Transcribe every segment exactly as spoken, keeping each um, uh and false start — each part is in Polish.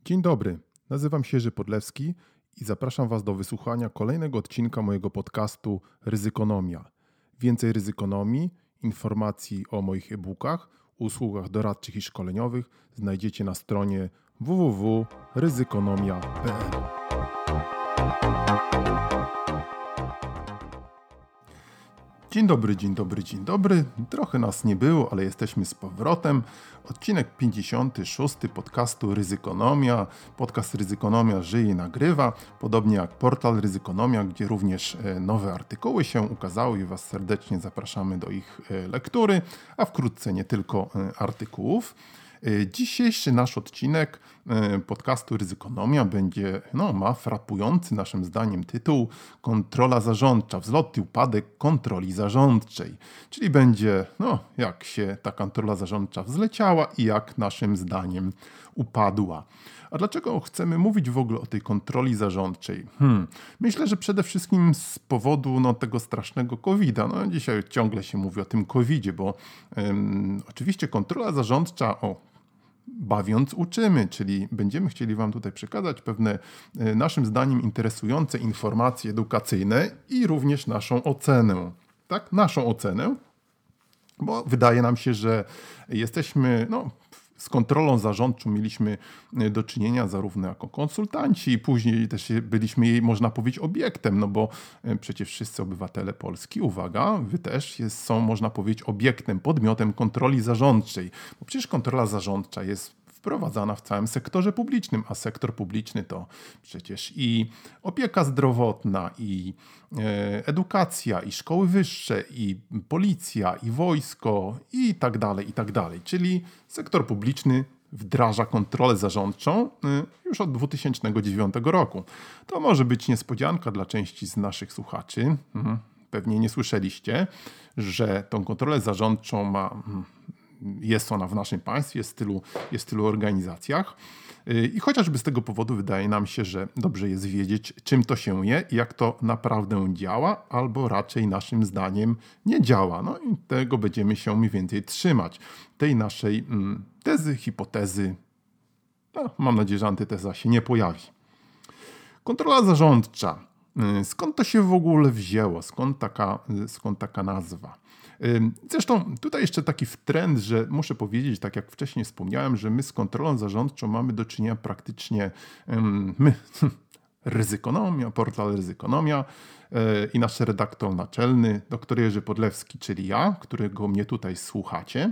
Dzień dobry, nazywam się Jerzy Podlewski i zapraszam Was do wysłuchania kolejnego odcinka mojego podcastu Ryzykonomia. Więcej ryzykonomii, informacji o moich e-bookach, usługach doradczych i szkoleniowych znajdziecie na stronie w w w kropka ryzykonomia kropka p l. Dzień dobry, dzień dobry, dzień dobry. Trochę nas nie było, ale jesteśmy z powrotem. Odcinek pięćdziesiąty szósty podcastu Ryzykonomia. Podcast Ryzykonomia żyje i nagrywa, podobnie jak portal Ryzykonomia, gdzie również nowe artykuły się ukazały i Was serdecznie zapraszamy do ich lektury, a wkrótce nie tylko artykułów. Dzisiejszy nasz odcinek podcastu Ryzykonomia będzie, no, ma frapujący naszym zdaniem tytuł Kontrola zarządcza, wzlot i upadek kontroli zarządczej. Czyli będzie, no, jak się ta kontrola zarządcza wzleciała i jak naszym zdaniem upadła. A dlaczego chcemy mówić w ogóle o tej kontroli zarządczej? Hmm. Myślę, że przede wszystkim z powodu no, tego strasznego kowida. No, dzisiaj ciągle się mówi o tym kowidzie, bo ym, oczywiście kontrola zarządcza, o, bawiąc uczymy, czyli będziemy chcieli Wam tutaj przekazać pewne y, naszym zdaniem interesujące informacje edukacyjne i również naszą ocenę. Tak, naszą ocenę, bo wydaje nam się, że jesteśmy, no, z kontrolą zarządczą mieliśmy do czynienia zarówno jako konsultanci i później też byliśmy jej, można powiedzieć, obiektem, no bo przecież wszyscy obywatele Polski, uwaga, wy też jest, są, można powiedzieć, obiektem, podmiotem kontroli zarządczej, bo przecież kontrola zarządcza jest wprowadzana w całym sektorze publicznym, a sektor publiczny to przecież i opieka zdrowotna, i edukacja, i szkoły wyższe, i policja, i wojsko, i tak dalej, i tak dalej. Czyli sektor publiczny wdraża kontrolę zarządczą już od dwa tysiące dziewiątego roku. To może być niespodzianka dla części z naszych słuchaczy. Pewnie nie słyszeliście, że tą kontrolę zarządczą ma... Jest ona w naszym państwie, jest w tylu, jest w tylu organizacjach i chociażby z tego powodu wydaje nam się, że dobrze jest wiedzieć, czym to się je i jak to naprawdę działa, albo raczej naszym zdaniem nie działa. No i tego będziemy się mniej więcej trzymać. Tej naszej mm, tezy, hipotezy, no, mam nadzieję, że antyteza się nie pojawi. Kontrola zarządcza. Skąd to się w ogóle wzięło? Skąd taka, skąd taka nazwa? Zresztą tutaj jeszcze taki trend, że muszę powiedzieć, tak jak wcześniej wspomniałem, że my z kontrolą zarządczą mamy do czynienia praktycznie my, Ryzykonomia, portal Ryzykonomia i nasz redaktor naczelny, dr Jerzy Podlewski, czyli ja, którego mnie tutaj słuchacie.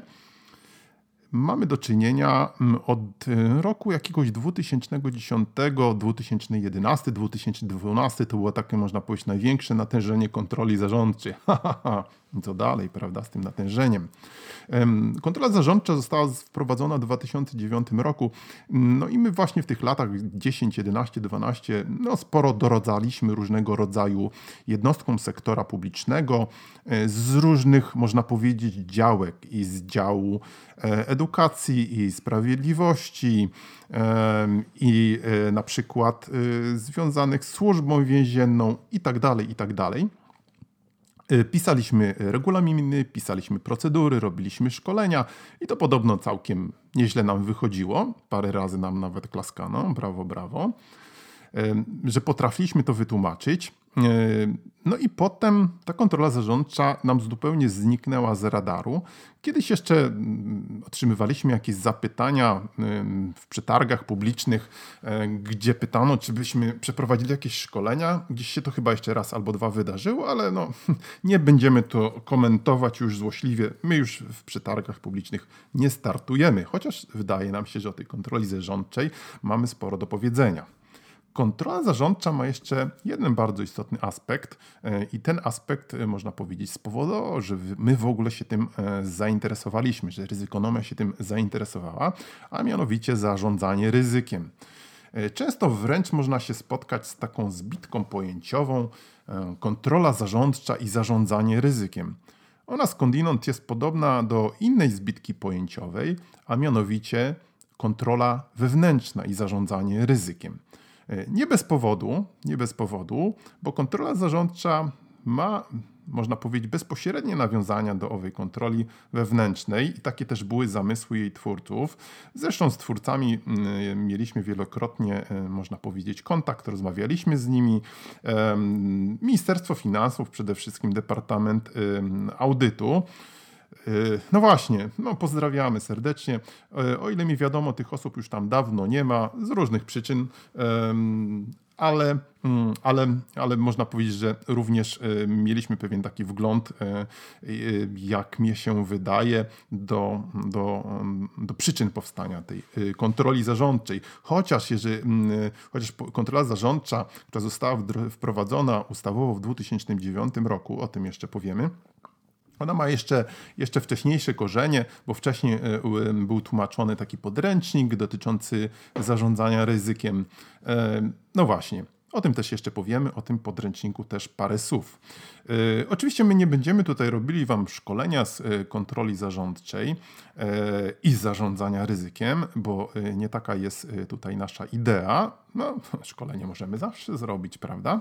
Mamy do czynienia od roku jakiegoś dwa tysiące dziesiątego, dwa tysiące jedenastego, dwa tysiące dwunastego to było takie, można powiedzieć, największe natężenie kontroli zarządczej. Co dalej, prawda, z tym natężeniem. Kontrola zarządcza została wprowadzona w dwa tysiące dziewiątym roku. No i my właśnie w tych latach dziesięć, jedenaście, dwanaście no sporo doradzaliśmy różnego rodzaju jednostkom sektora publicznego z różnych, można powiedzieć, działek i z działu edukacji i sprawiedliwości i na przykład związanych z służbą więzienną i tak dalej, i tak dalej. Pisaliśmy regulaminy, pisaliśmy procedury, robiliśmy szkolenia i to podobno całkiem nieźle nam wychodziło. Parę razy nam nawet klaskano, brawo, brawo, że potrafiliśmy to wytłumaczyć. No i potem ta kontrola zarządcza nam zupełnie zniknęła z radaru. Kiedyś jeszcze otrzymywaliśmy jakieś zapytania w przetargach publicznych, gdzie pytano, czy byśmy przeprowadzili jakieś szkolenia. Gdzieś się to chyba jeszcze raz albo dwa wydarzyło, ale no, nie będziemy to komentować już złośliwie. My już w przetargach publicznych nie startujemy, chociaż wydaje nam się, że o tej kontroli zarządczej mamy sporo do powiedzenia. Kontrola zarządcza ma jeszcze jeden bardzo istotny aspekt i ten aspekt, można powiedzieć, spowodował, że my w ogóle się tym zainteresowaliśmy, że Ryzykonomia się tym zainteresowała, a mianowicie zarządzanie ryzykiem. Często wręcz można się spotkać z taką zbitką pojęciową kontrola zarządcza i zarządzanie ryzykiem. Ona skądinąd jest podobna do innej zbitki pojęciowej, a mianowicie kontrola wewnętrzna i zarządzanie ryzykiem. Nie bez powodu, nie bez powodu, bo kontrola zarządcza ma można powiedzieć, bezpośrednie nawiązania do owej kontroli wewnętrznej i takie też były zamysły jej twórców. Zresztą z twórcami mieliśmy wielokrotnie, można powiedzieć, kontakt, rozmawialiśmy z nimi. Ministerstwo Finansów, przede wszystkim Departament Audytu. No właśnie, no pozdrawiamy serdecznie. O ile mi wiadomo, tych osób już tam dawno nie ma, z różnych przyczyn, ale, ale, ale można powiedzieć, że również mieliśmy pewien taki wgląd, jak mnie się wydaje, do, do, do przyczyn powstania tej kontroli zarządczej. Chociaż, jeżeli, chociaż kontrola zarządcza, która została wprowadzona ustawowo w dwa tysiące dziewiątym roku, o tym jeszcze powiemy, ona ma jeszcze, jeszcze wcześniejsze korzenie, bo wcześniej był tłumaczony taki podręcznik dotyczący zarządzania ryzykiem. No właśnie, o tym też jeszcze powiemy, o tym podręczniku też parę słów. Oczywiście my nie będziemy tutaj robili wam szkolenia z kontroli zarządczej i zarządzania ryzykiem, bo nie taka jest tutaj nasza idea. No, szkolenie możemy zawsze zrobić, prawda?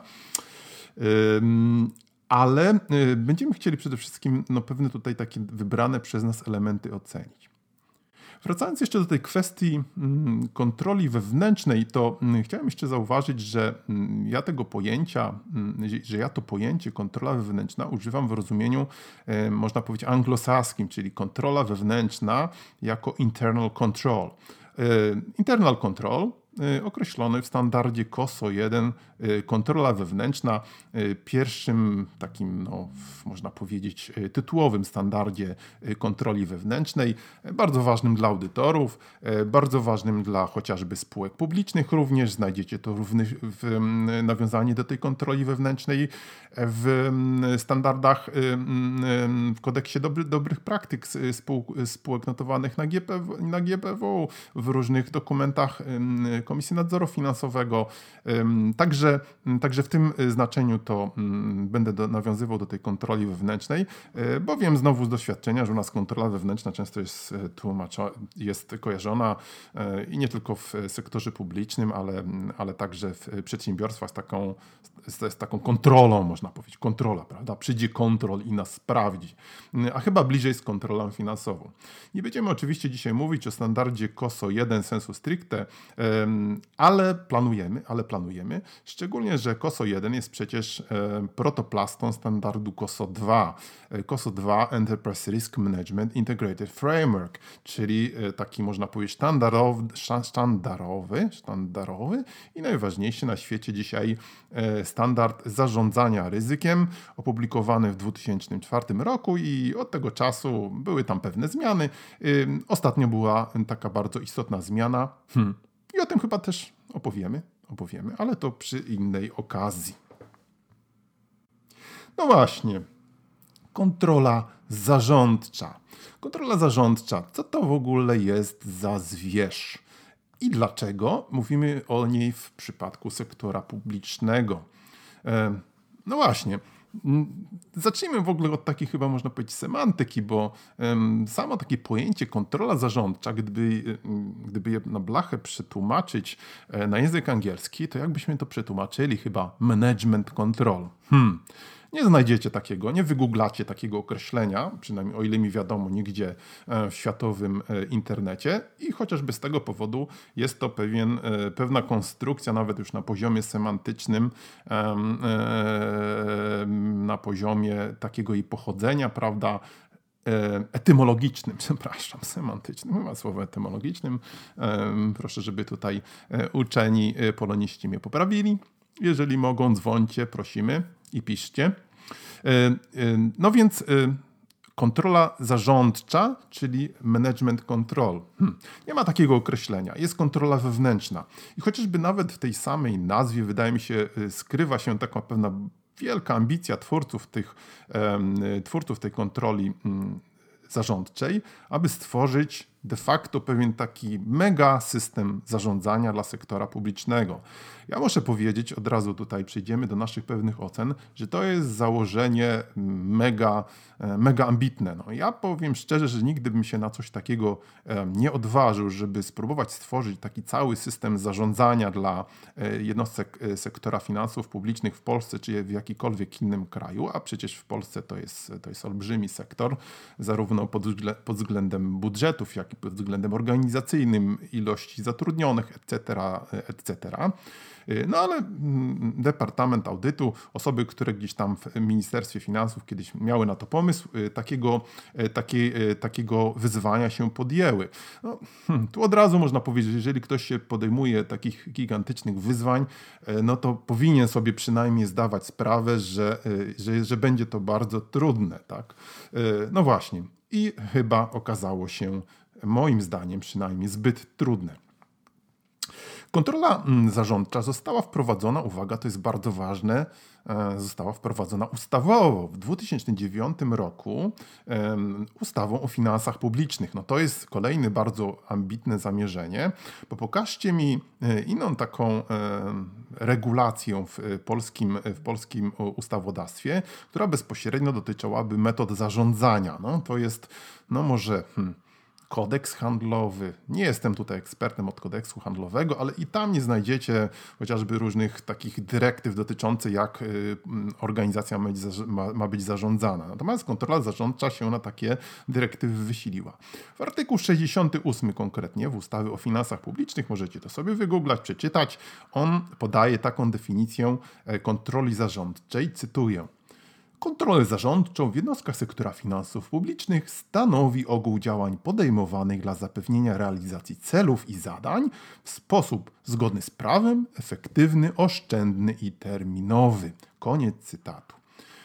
Ale będziemy chcieli przede wszystkim no, pewne tutaj takie wybrane przez nas elementy ocenić. Wracając jeszcze do tej kwestii kontroli wewnętrznej, to chciałem jeszcze zauważyć, że ja tego pojęcia, że ja to pojęcie kontrola wewnętrzna używam w rozumieniu, można powiedzieć, anglosaskim, czyli kontrola wewnętrzna jako internal control. Internal control określony w standardzie K O S O jeden, kontrola wewnętrzna, pierwszym takim, no, można powiedzieć, tytułowym standardzie kontroli wewnętrznej, bardzo ważnym dla audytorów, bardzo ważnym dla chociażby spółek publicznych również. Znajdziecie to również w nawiązaniu do tej kontroli wewnętrznej w standardach, w kodeksie dobry, dobrych praktyk spółek, spółek notowanych na G P W, na G P W, w różnych dokumentach Komisji Nadzoru Finansowego. Także, także w tym znaczeniu to będę do, nawiązywał do tej kontroli wewnętrznej, bo wiem znowu z doświadczenia, że u nas kontrola wewnętrzna często jest tłumaczona, jest kojarzona i nie tylko w sektorze publicznym, ale, ale także w przedsiębiorstwach z taką, z, z taką kontrolą, można powiedzieć. Kontrola, prawda? Przyjdzie kontrol i nas sprawdzi. A chyba bliżej z kontrolą finansową. Nie będziemy oczywiście dzisiaj mówić o standardzie K O S O jeden sensu stricte, ale planujemy, ale planujemy, szczególnie, że K O S O jeden jest przecież protoplastą standardu K O S O dwa. K O S O dwa Enterprise Risk Management Integrated Framework, czyli taki, można powiedzieć, sztandarowy, sztandarowy, sztandarowy i najważniejszy na świecie dzisiaj standard zarządzania ryzykiem, opublikowany w dwa tysiące czwartym roku i od tego czasu były tam pewne zmiany. Ostatnio była taka bardzo istotna zmiana. Hmm. I o tym chyba też opowiemy, opowiemy, ale to przy innej okazji. No właśnie, kontrola zarządcza. Kontrola zarządcza, co to w ogóle jest za zwierz? I dlaczego mówimy o niej w przypadku sektora publicznego? No właśnie. Zacznijmy w ogóle od takiej chyba można powiedzieć semantyki, bo um, samo takie pojęcie kontrola zarządcza, gdyby, gdyby je na blachę przetłumaczyć e, na język angielski, to jakbyśmy to przetłumaczyli chyba management control. Hmm. Nie znajdziecie takiego, nie wygooglacie takiego określenia, przynajmniej o ile mi wiadomo, nigdzie w światowym internecie i chociażby z tego powodu jest to pewien, pewna konstrukcja, nawet już na poziomie semantycznym, na poziomie takiego jej pochodzenia, prawda, etymologicznym, przepraszam, semantycznym, chyba słowo etymologicznym. Proszę, żeby tutaj uczeni poloniści mnie poprawili. Jeżeli mogą, dzwońcie, prosimy i piszcie. No więc kontrola zarządcza, czyli management control. Hmm. Nie ma takiego określenia. Jest kontrola wewnętrzna. I chociażby nawet w tej samej nazwie, wydaje mi się, skrywa się taka pewna wielka ambicja twórców, tych, twórców tej kontroli zarządczej, aby stworzyć de facto pewien taki mega system zarządzania dla sektora publicznego. Ja muszę powiedzieć, od razu tutaj przejdziemy do naszych pewnych ocen, że to jest założenie mega, mega ambitne. No, ja powiem szczerze, że nigdy bym się na coś takiego nie odważył, żeby spróbować stworzyć taki cały system zarządzania dla jednostek sektora finansów publicznych w Polsce czy w jakikolwiek innym kraju, a przecież w Polsce to jest, to jest olbrzymi sektor, zarówno pod, pod względem budżetów, jak i pod względem organizacyjnym, ilości zatrudnionych, et cetera, et cetera. No ale Departament Audytu, osoby, które gdzieś tam w Ministerstwie Finansów kiedyś miały na to pomysł, takiego, takie, takiego wyzwania się podjęły. No, tu od razu można powiedzieć, że jeżeli ktoś się podejmuje takich gigantycznych wyzwań, no to powinien sobie przynajmniej zdawać sprawę, że, że, że będzie to bardzo trudne. Tak? No właśnie. I chyba okazało się, moim zdaniem przynajmniej, zbyt trudne. Kontrola zarządcza została wprowadzona, uwaga, to jest bardzo ważne, została wprowadzona ustawowo w dwa tysiące dziewiątym roku ustawą o finansach publicznych. No to jest kolejne bardzo ambitne zamierzenie, bo pokażcie mi inną taką regulację w polskim, w polskim ustawodawstwie, która bezpośrednio dotyczyłaby metod zarządzania. No to jest, no może... Hmm, kodeks handlowy. Nie jestem tutaj ekspertem od kodeksu handlowego, ale i tam nie znajdziecie chociażby różnych takich dyrektyw dotyczących, jak y, organizacja ma być, ma, ma być zarządzana. Natomiast kontrola zarządcza się na takie dyrektywy wysiliła. W artykuł sześćdziesiątym ósmym konkretnie w ustawie o finansach publicznych, możecie to sobie wygooglać, przeczytać, on podaje taką definicję kontroli zarządczej, cytuję. Kontrolę zarządczą w jednostkach sektora finansów publicznych stanowi ogół działań podejmowanych dla zapewnienia realizacji celów i zadań w sposób zgodny z prawem, efektywny, oszczędny i terminowy. Koniec cytatu.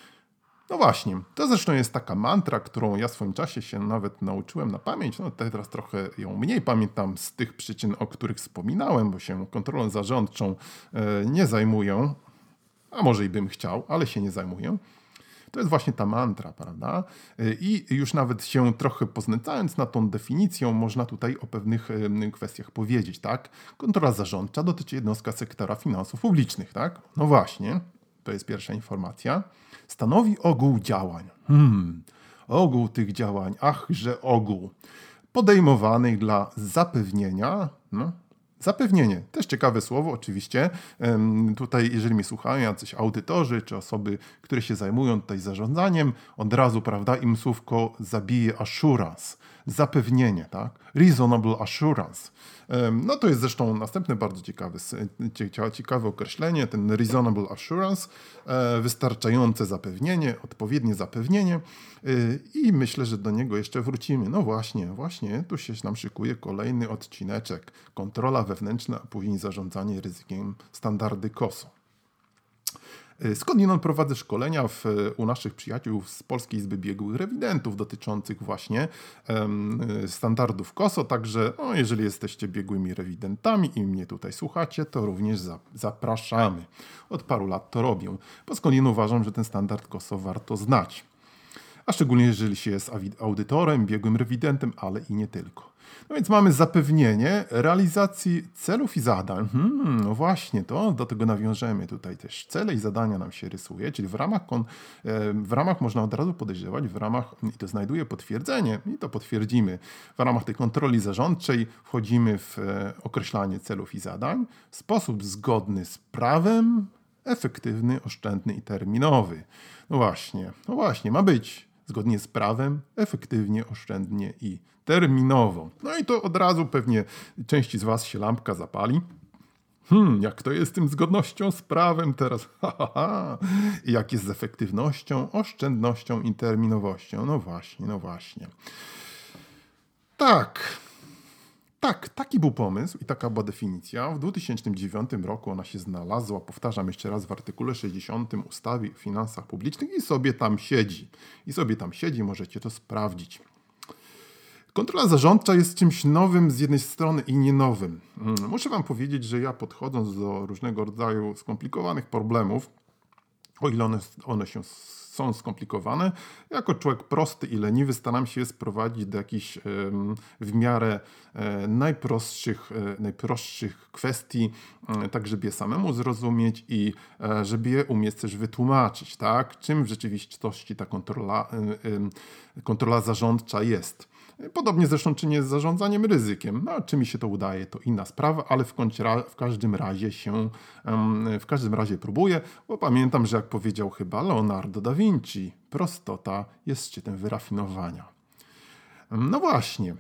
No właśnie, to zresztą jest taka mantra, którą ja w swoim czasie się nawet nauczyłem na pamięć. No teraz trochę ją mniej pamiętam z tych przyczyn, o których wspominałem, bo się kontrolą zarządczą nie zajmuję, a może i bym chciał, ale się nie zajmuję. To jest właśnie ta mantra, prawda? I już nawet się trochę poznęcając nad tą definicją, można tutaj o pewnych kwestiach powiedzieć, tak? Kontrola zarządcza dotyczy jednostka sektora finansów publicznych, tak? No właśnie, to jest pierwsza informacja. Stanowi ogół działań. Hmm, ogół tych działań, ach, że ogół. Podejmowanych dla zapewnienia, no, Zapewnienie, też ciekawe słowo oczywiście. Tutaj jeżeli mnie słuchają jacyś audytorzy czy osoby, które się zajmują tutaj zarządzaniem, od razu, prawda, im słówko zabije assurance, zapewnienie, tak? Reasonable assurance. No to jest zresztą następne bardzo ciekawe, ciekawe określenie, ten reasonable assurance, wystarczające zapewnienie, odpowiednie zapewnienie i myślę, że do niego jeszcze wrócimy. No właśnie, właśnie, tu się nam szykuje kolejny odcineczek. Kontrola wewnętrzna, a później zarządzanie ryzykiem, standardy K O S O. Skądinąd prowadzę szkolenia w, u naszych przyjaciół z Polskiej Izby Biegłych Rewidentów dotyczących właśnie um, standardów K O S O, także no, jeżeli jesteście biegłymi rewidentami i mnie tutaj słuchacie, to również za, zapraszamy. Od paru lat to robię, bo skądinąd uważam, że ten standard K O S O warto znać. A szczególnie jeżeli się jest audytorem, biegłym rewidentem, ale i nie tylko. No więc mamy zapewnienie realizacji celów i zadań. Hmm, no właśnie, to do tego nawiążemy. Tutaj też cele i zadania nam się rysuje, czyli w ramach, kon, w ramach można od razu podejrzewać, w ramach, i to znajduje potwierdzenie, i to potwierdzimy, w ramach tej kontroli zarządczej wchodzimy w określanie celów i zadań w sposób zgodny z prawem, efektywny, oszczędny i terminowy. No właśnie, no właśnie, ma być zgodnie z prawem, efektywnie, oszczędnie i terminowo. No i to od razu pewnie części z was się lampka zapali. Hmm, jak to jest z tym zgodnością z prawem teraz? Ha, ha, ha. I jak jest z efektywnością, oszczędnością i terminowością? No właśnie, no właśnie. Tak. Tak, taki był pomysł i taka była definicja. W dwa tysiące dziewiątym roku ona się znalazła, powtarzam jeszcze raz, w artykule sześćdziesiątym ustawy o finansach publicznych i sobie tam siedzi. I sobie tam siedzi, możecie to sprawdzić. Kontrola zarządcza jest czymś nowym z jednej strony i nie nowym. Muszę wam powiedzieć, że ja podchodząc do różnego rodzaju skomplikowanych problemów, o ile one, one się są skomplikowane. Jako człowiek prosty i leniwy staram się je sprowadzić do jakichś w miarę najprostszych, najprostszych kwestii, tak żeby je samemu zrozumieć i żeby je umieć też wytłumaczyć, tak? Czym w rzeczywistości ta kontrola, kontrola zarządcza jest. Podobnie zresztą czynię z zarządzaniem ryzykiem. No, czy mi się to udaje, to inna sprawa, ale w, w każdym razie się, w każdym razie próbuję, bo pamiętam, że jak powiedział chyba Leonardo da Vinci, prostota jest szczytem wyrafinowania. No właśnie.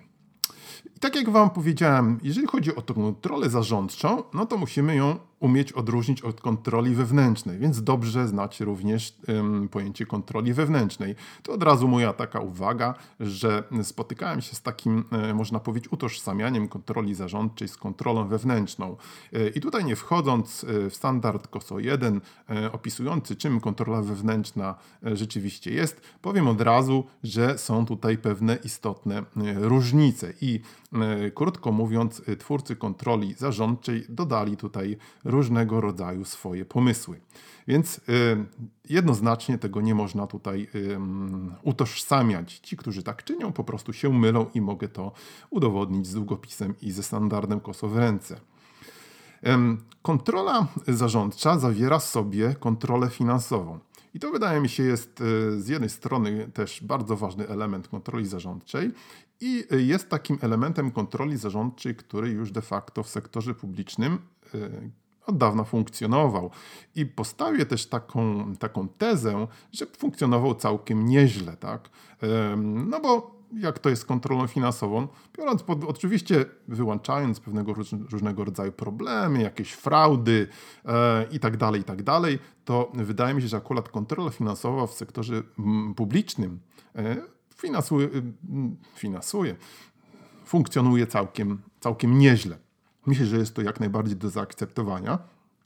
I tak jak wam powiedziałem, jeżeli chodzi o tę kontrolę zarządczą, no to musimy ją umieć odróżnić od kontroli wewnętrznej, więc dobrze znać również ym, pojęcie kontroli wewnętrznej. To od razu moja taka uwaga, że spotykałem się z takim, y, można powiedzieć, utożsamianiem kontroli zarządczej z kontrolą wewnętrzną. Y, I tutaj nie wchodząc y, w standard K O S O jeden y, opisujący, czym kontrola wewnętrzna y, rzeczywiście jest, powiem od razu, że są tutaj pewne istotne y, różnice i y, krótko mówiąc, y, twórcy kontroli zarządczej dodali tutaj różnego rodzaju swoje pomysły. Więc y, jednoznacznie tego nie można tutaj y, utożsamiać. Ci, którzy tak czynią, po prostu się mylą i mogę to udowodnić z długopisem i ze standardem K O S O w ręce. Y, kontrola zarządcza zawiera w sobie kontrolę finansową. I to wydaje mi się jest y, z jednej strony też bardzo ważny element kontroli zarządczej i y, jest takim elementem kontroli zarządczej, który już de facto w sektorze publicznym y, od dawna funkcjonował i postawię też taką, taką tezę, że funkcjonował całkiem nieźle, tak? No bo jak to jest z kontrolą finansową, biorąc pod, oczywiście wyłączając pewnego różnego rodzaju problemy, jakieś fraudy e, i tak dalej, i tak dalej, to wydaje mi się, że akurat kontrola finansowa w sektorze m, publicznym e, finansuje, finansuje, funkcjonuje całkiem, całkiem nieźle. Myślę, że jest to jak najbardziej do zaakceptowania.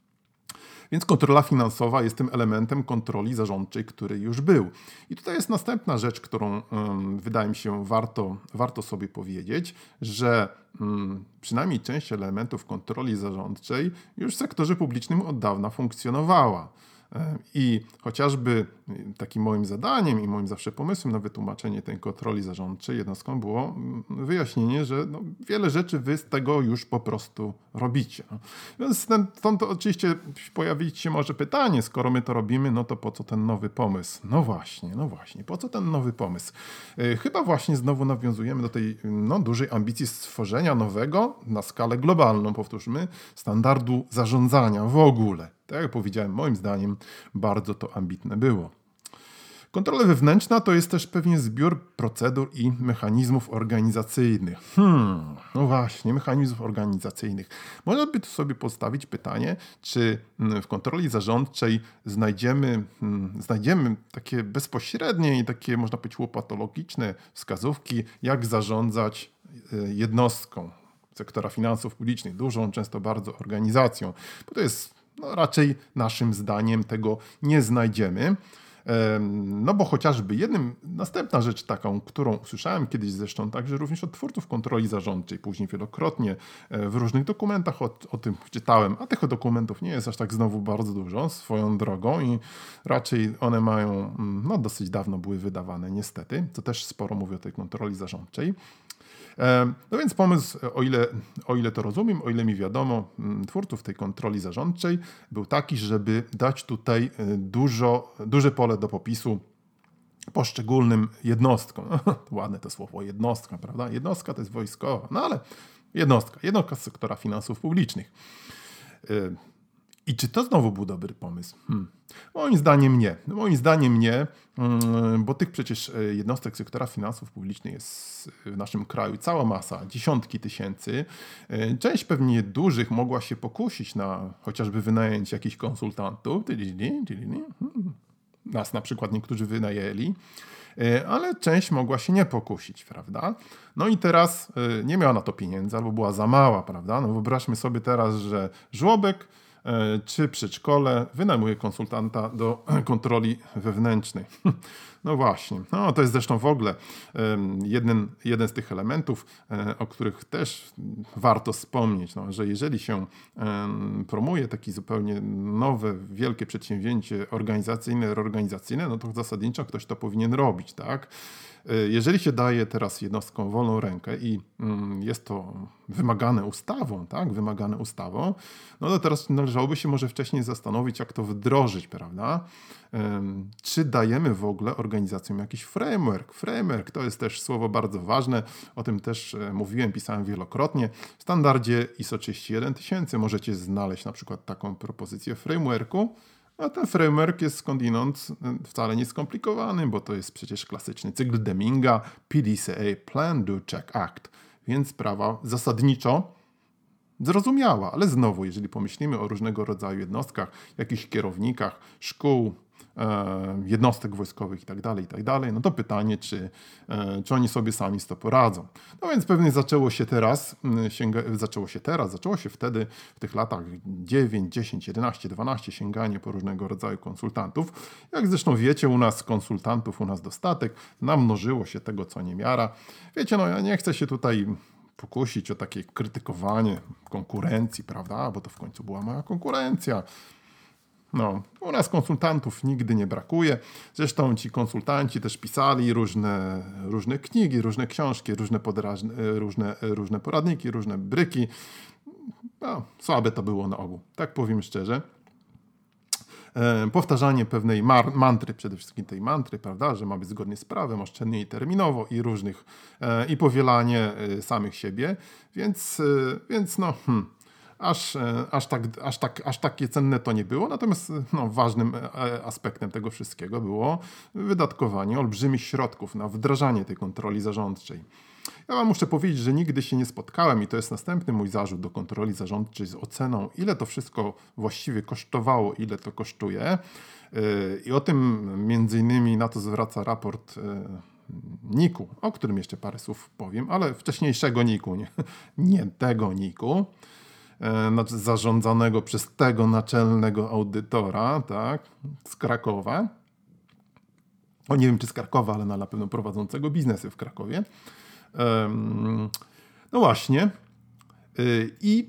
Więc kontrola finansowa jest tym elementem kontroli zarządczej, który już był. I tutaj jest następna rzecz, którą um, wydaje mi się warto, warto sobie powiedzieć, że um, przynajmniej część elementów kontroli zarządczej już w sektorze publicznym od dawna funkcjonowała. I chociażby takim moim zadaniem i moim zawsze pomysłem na wytłumaczenie tej kontroli zarządczej jednostką było wyjaśnienie, że no wiele rzeczy wy z tego już po prostu robicie. Więc ten, stąd to oczywiście pojawić się może pytanie, skoro my to robimy, no to po co ten nowy pomysł? No właśnie, no właśnie, po co ten nowy pomysł? Chyba właśnie znowu nawiązujemy do tej no, dużej ambicji stworzenia nowego na skalę globalną, powtórzmy, standardu zarządzania w ogóle. Tak jak powiedziałem, moim zdaniem bardzo to ambitne było. Kontrola wewnętrzna to jest też pewnie zbiór procedur i mechanizmów organizacyjnych. Hmm, no właśnie, mechanizmów organizacyjnych. Można by tu sobie postawić pytanie, czy w kontroli zarządczej znajdziemy, znajdziemy takie bezpośrednie i takie, można powiedzieć, łopatologiczne wskazówki, jak zarządzać jednostką sektora finansów publicznych, dużą, często bardzo organizacją, bo to jest no, raczej naszym zdaniem tego nie znajdziemy. No bo chociażby jednym, następna rzecz taką, którą usłyszałem kiedyś zresztą także również od twórców kontroli zarządczej, później wielokrotnie w różnych dokumentach o, o tym czytałem, a tych dokumentów nie jest aż tak znowu bardzo dużo swoją drogą i raczej one mają, no dosyć dawno były wydawane niestety, co też sporo mówi o tej kontroli zarządczej. No więc pomysł, o ile, o ile to rozumiem, o ile mi wiadomo, twórców tej kontroli zarządczej był taki, żeby dać tutaj dużo, duże pole do popisu poszczególnym jednostkom. Ładne to słowo, jednostka, prawda? Jednostka to jest wojskowa, no ale jednostka, jednostka z sektora finansów publicznych. I czy to znowu był dobry pomysł? Hmm. Moim zdaniem nie. Moim zdaniem nie, bo tych przecież jednostek sektora finansów publicznych jest w naszym kraju cała masa, dziesiątki tysięcy. Część pewnie dużych mogła się pokusić na chociażby wynajęcie jakichś konsultantów. Nas na przykład niektórzy wynajęli, ale część mogła się nie pokusić, prawda? No i teraz nie miała na to pieniędzy albo była za mała, prawda? No wyobraźmy sobie teraz, że żłobek czy przedszkole wynajmuje konsultanta do kontroli wewnętrznej. No właśnie, no to jest zresztą w ogóle jeden, jeden z tych elementów, o których też warto wspomnieć, no, że jeżeli się promuje takie zupełnie nowe, wielkie przedsięwzięcie organizacyjne, reorganizacyjne, no to zasadniczo ktoś to powinien robić, tak? Jeżeli się daje teraz jednostkom wolną rękę i jest to wymagane ustawą, tak, wymagane ustawą, no to teraz należałoby się może wcześniej zastanowić, jak to wdrożyć, prawda? Czy dajemy w ogóle organizacjom jakiś framework? Framework to jest też słowo bardzo ważne, o tym też mówiłem, pisałem wielokrotnie. W standardzie I S O trzydzieści jeden tysięcy możecie znaleźć na przykład taką propozycję frameworku. A ten framework jest skądinąd wcale nie skomplikowany, bo to jest przecież klasyczny cykl Deminga, P D C A, Plan, Do, Check, Act. Więc sprawa zasadniczo zrozumiała, ale znowu, jeżeli pomyślimy o różnego rodzaju jednostkach, jakichś kierownikach szkół, e, jednostek wojskowych itd., itd., no to pytanie, czy, e, czy oni sobie sami z to poradzą. No więc pewnie zaczęło się teraz, sięga, zaczęło się teraz, zaczęło się wtedy w tych latach dziewięć, dziesięć, jedenaście, dwanaście sięganie po różnego rodzaju konsultantów. Jak zresztą wiecie, u nas konsultantów, u nas dostatek, namnożyło się tego, co niemiara. Wiecie, no ja nie chcę się tutaj pokusić o takie krytykowanie konkurencji, prawda? Bo to w końcu była moja konkurencja. No, u nas konsultantów nigdy nie brakuje. Zresztą ci konsultanci też pisali różne, różne księgi, różne książki, różne, podraż, różne, różne poradniki, różne bryki. No, słabe to było na ogół, tak powiem szczerze. E, powtarzanie pewnej mar- mantry, przede wszystkim tej mantry, prawda, że ma być zgodnie z prawem, oszczędnie i terminowo i różnych, e, i powielanie e, samych siebie, więc, e, więc no, hmm, aż, e, aż, tak, aż, tak, aż takie cenne to nie było, natomiast no, ważnym e, aspektem tego wszystkiego było wydatkowanie olbrzymich środków na wdrażanie tej kontroli zarządczej. Ja wam muszę powiedzieć, że nigdy się nie spotkałem i to jest następny mój zarzut do kontroli zarządczej z oceną, ile to wszystko właściwie kosztowało, ile to kosztuje. I o tym między innymi na to zwraca raport niku, o którym jeszcze parę słów powiem, ale wcześniejszego niku, nie, nie tego niku, zarządzanego przez tego naczelnego audytora, tak, z Krakowa. O, nie wiem czy z Krakowa, ale na pewno prowadzącego biznesy w Krakowie. No właśnie. I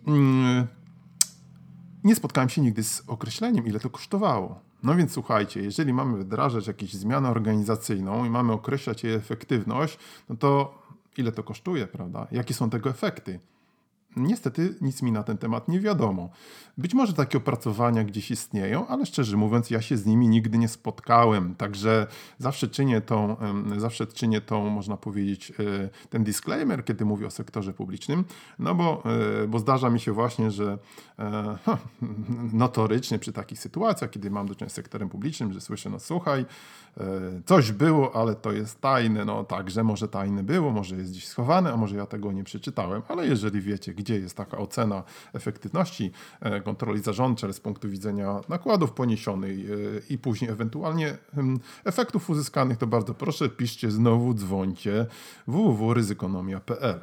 nie spotkałem się nigdy z określeniem, ile to kosztowało. No więc słuchajcie, jeżeli mamy wdrażać jakąś zmianę organizacyjną i mamy określać jej efektywność, no to ile to kosztuje, prawda? Jakie są tego efekty? Niestety nic mi na ten temat nie wiadomo. Być może takie opracowania gdzieś istnieją, ale szczerze mówiąc ja się z nimi nigdy nie spotkałem. Także zawsze czynię tą, zawsze czynię tą, można powiedzieć, ten disclaimer, kiedy mówię o sektorze publicznym, no bo, bo zdarza mi się właśnie, że ha, notorycznie przy takich sytuacjach, kiedy mam do czynienia z sektorem publicznym, że słyszę, no słuchaj, coś było, ale to jest tajne. No także może tajne było, może jest gdzieś schowane, a może ja tego nie przeczytałem, ale jeżeli wiecie, gdzie jest taka ocena efektywności kontroli zarządczej z punktu widzenia nakładów poniesionych i później ewentualnie efektów uzyskanych, to bardzo proszę, piszcie znowu, dzwońcie w w w kropka ryzykonomia kropka p l.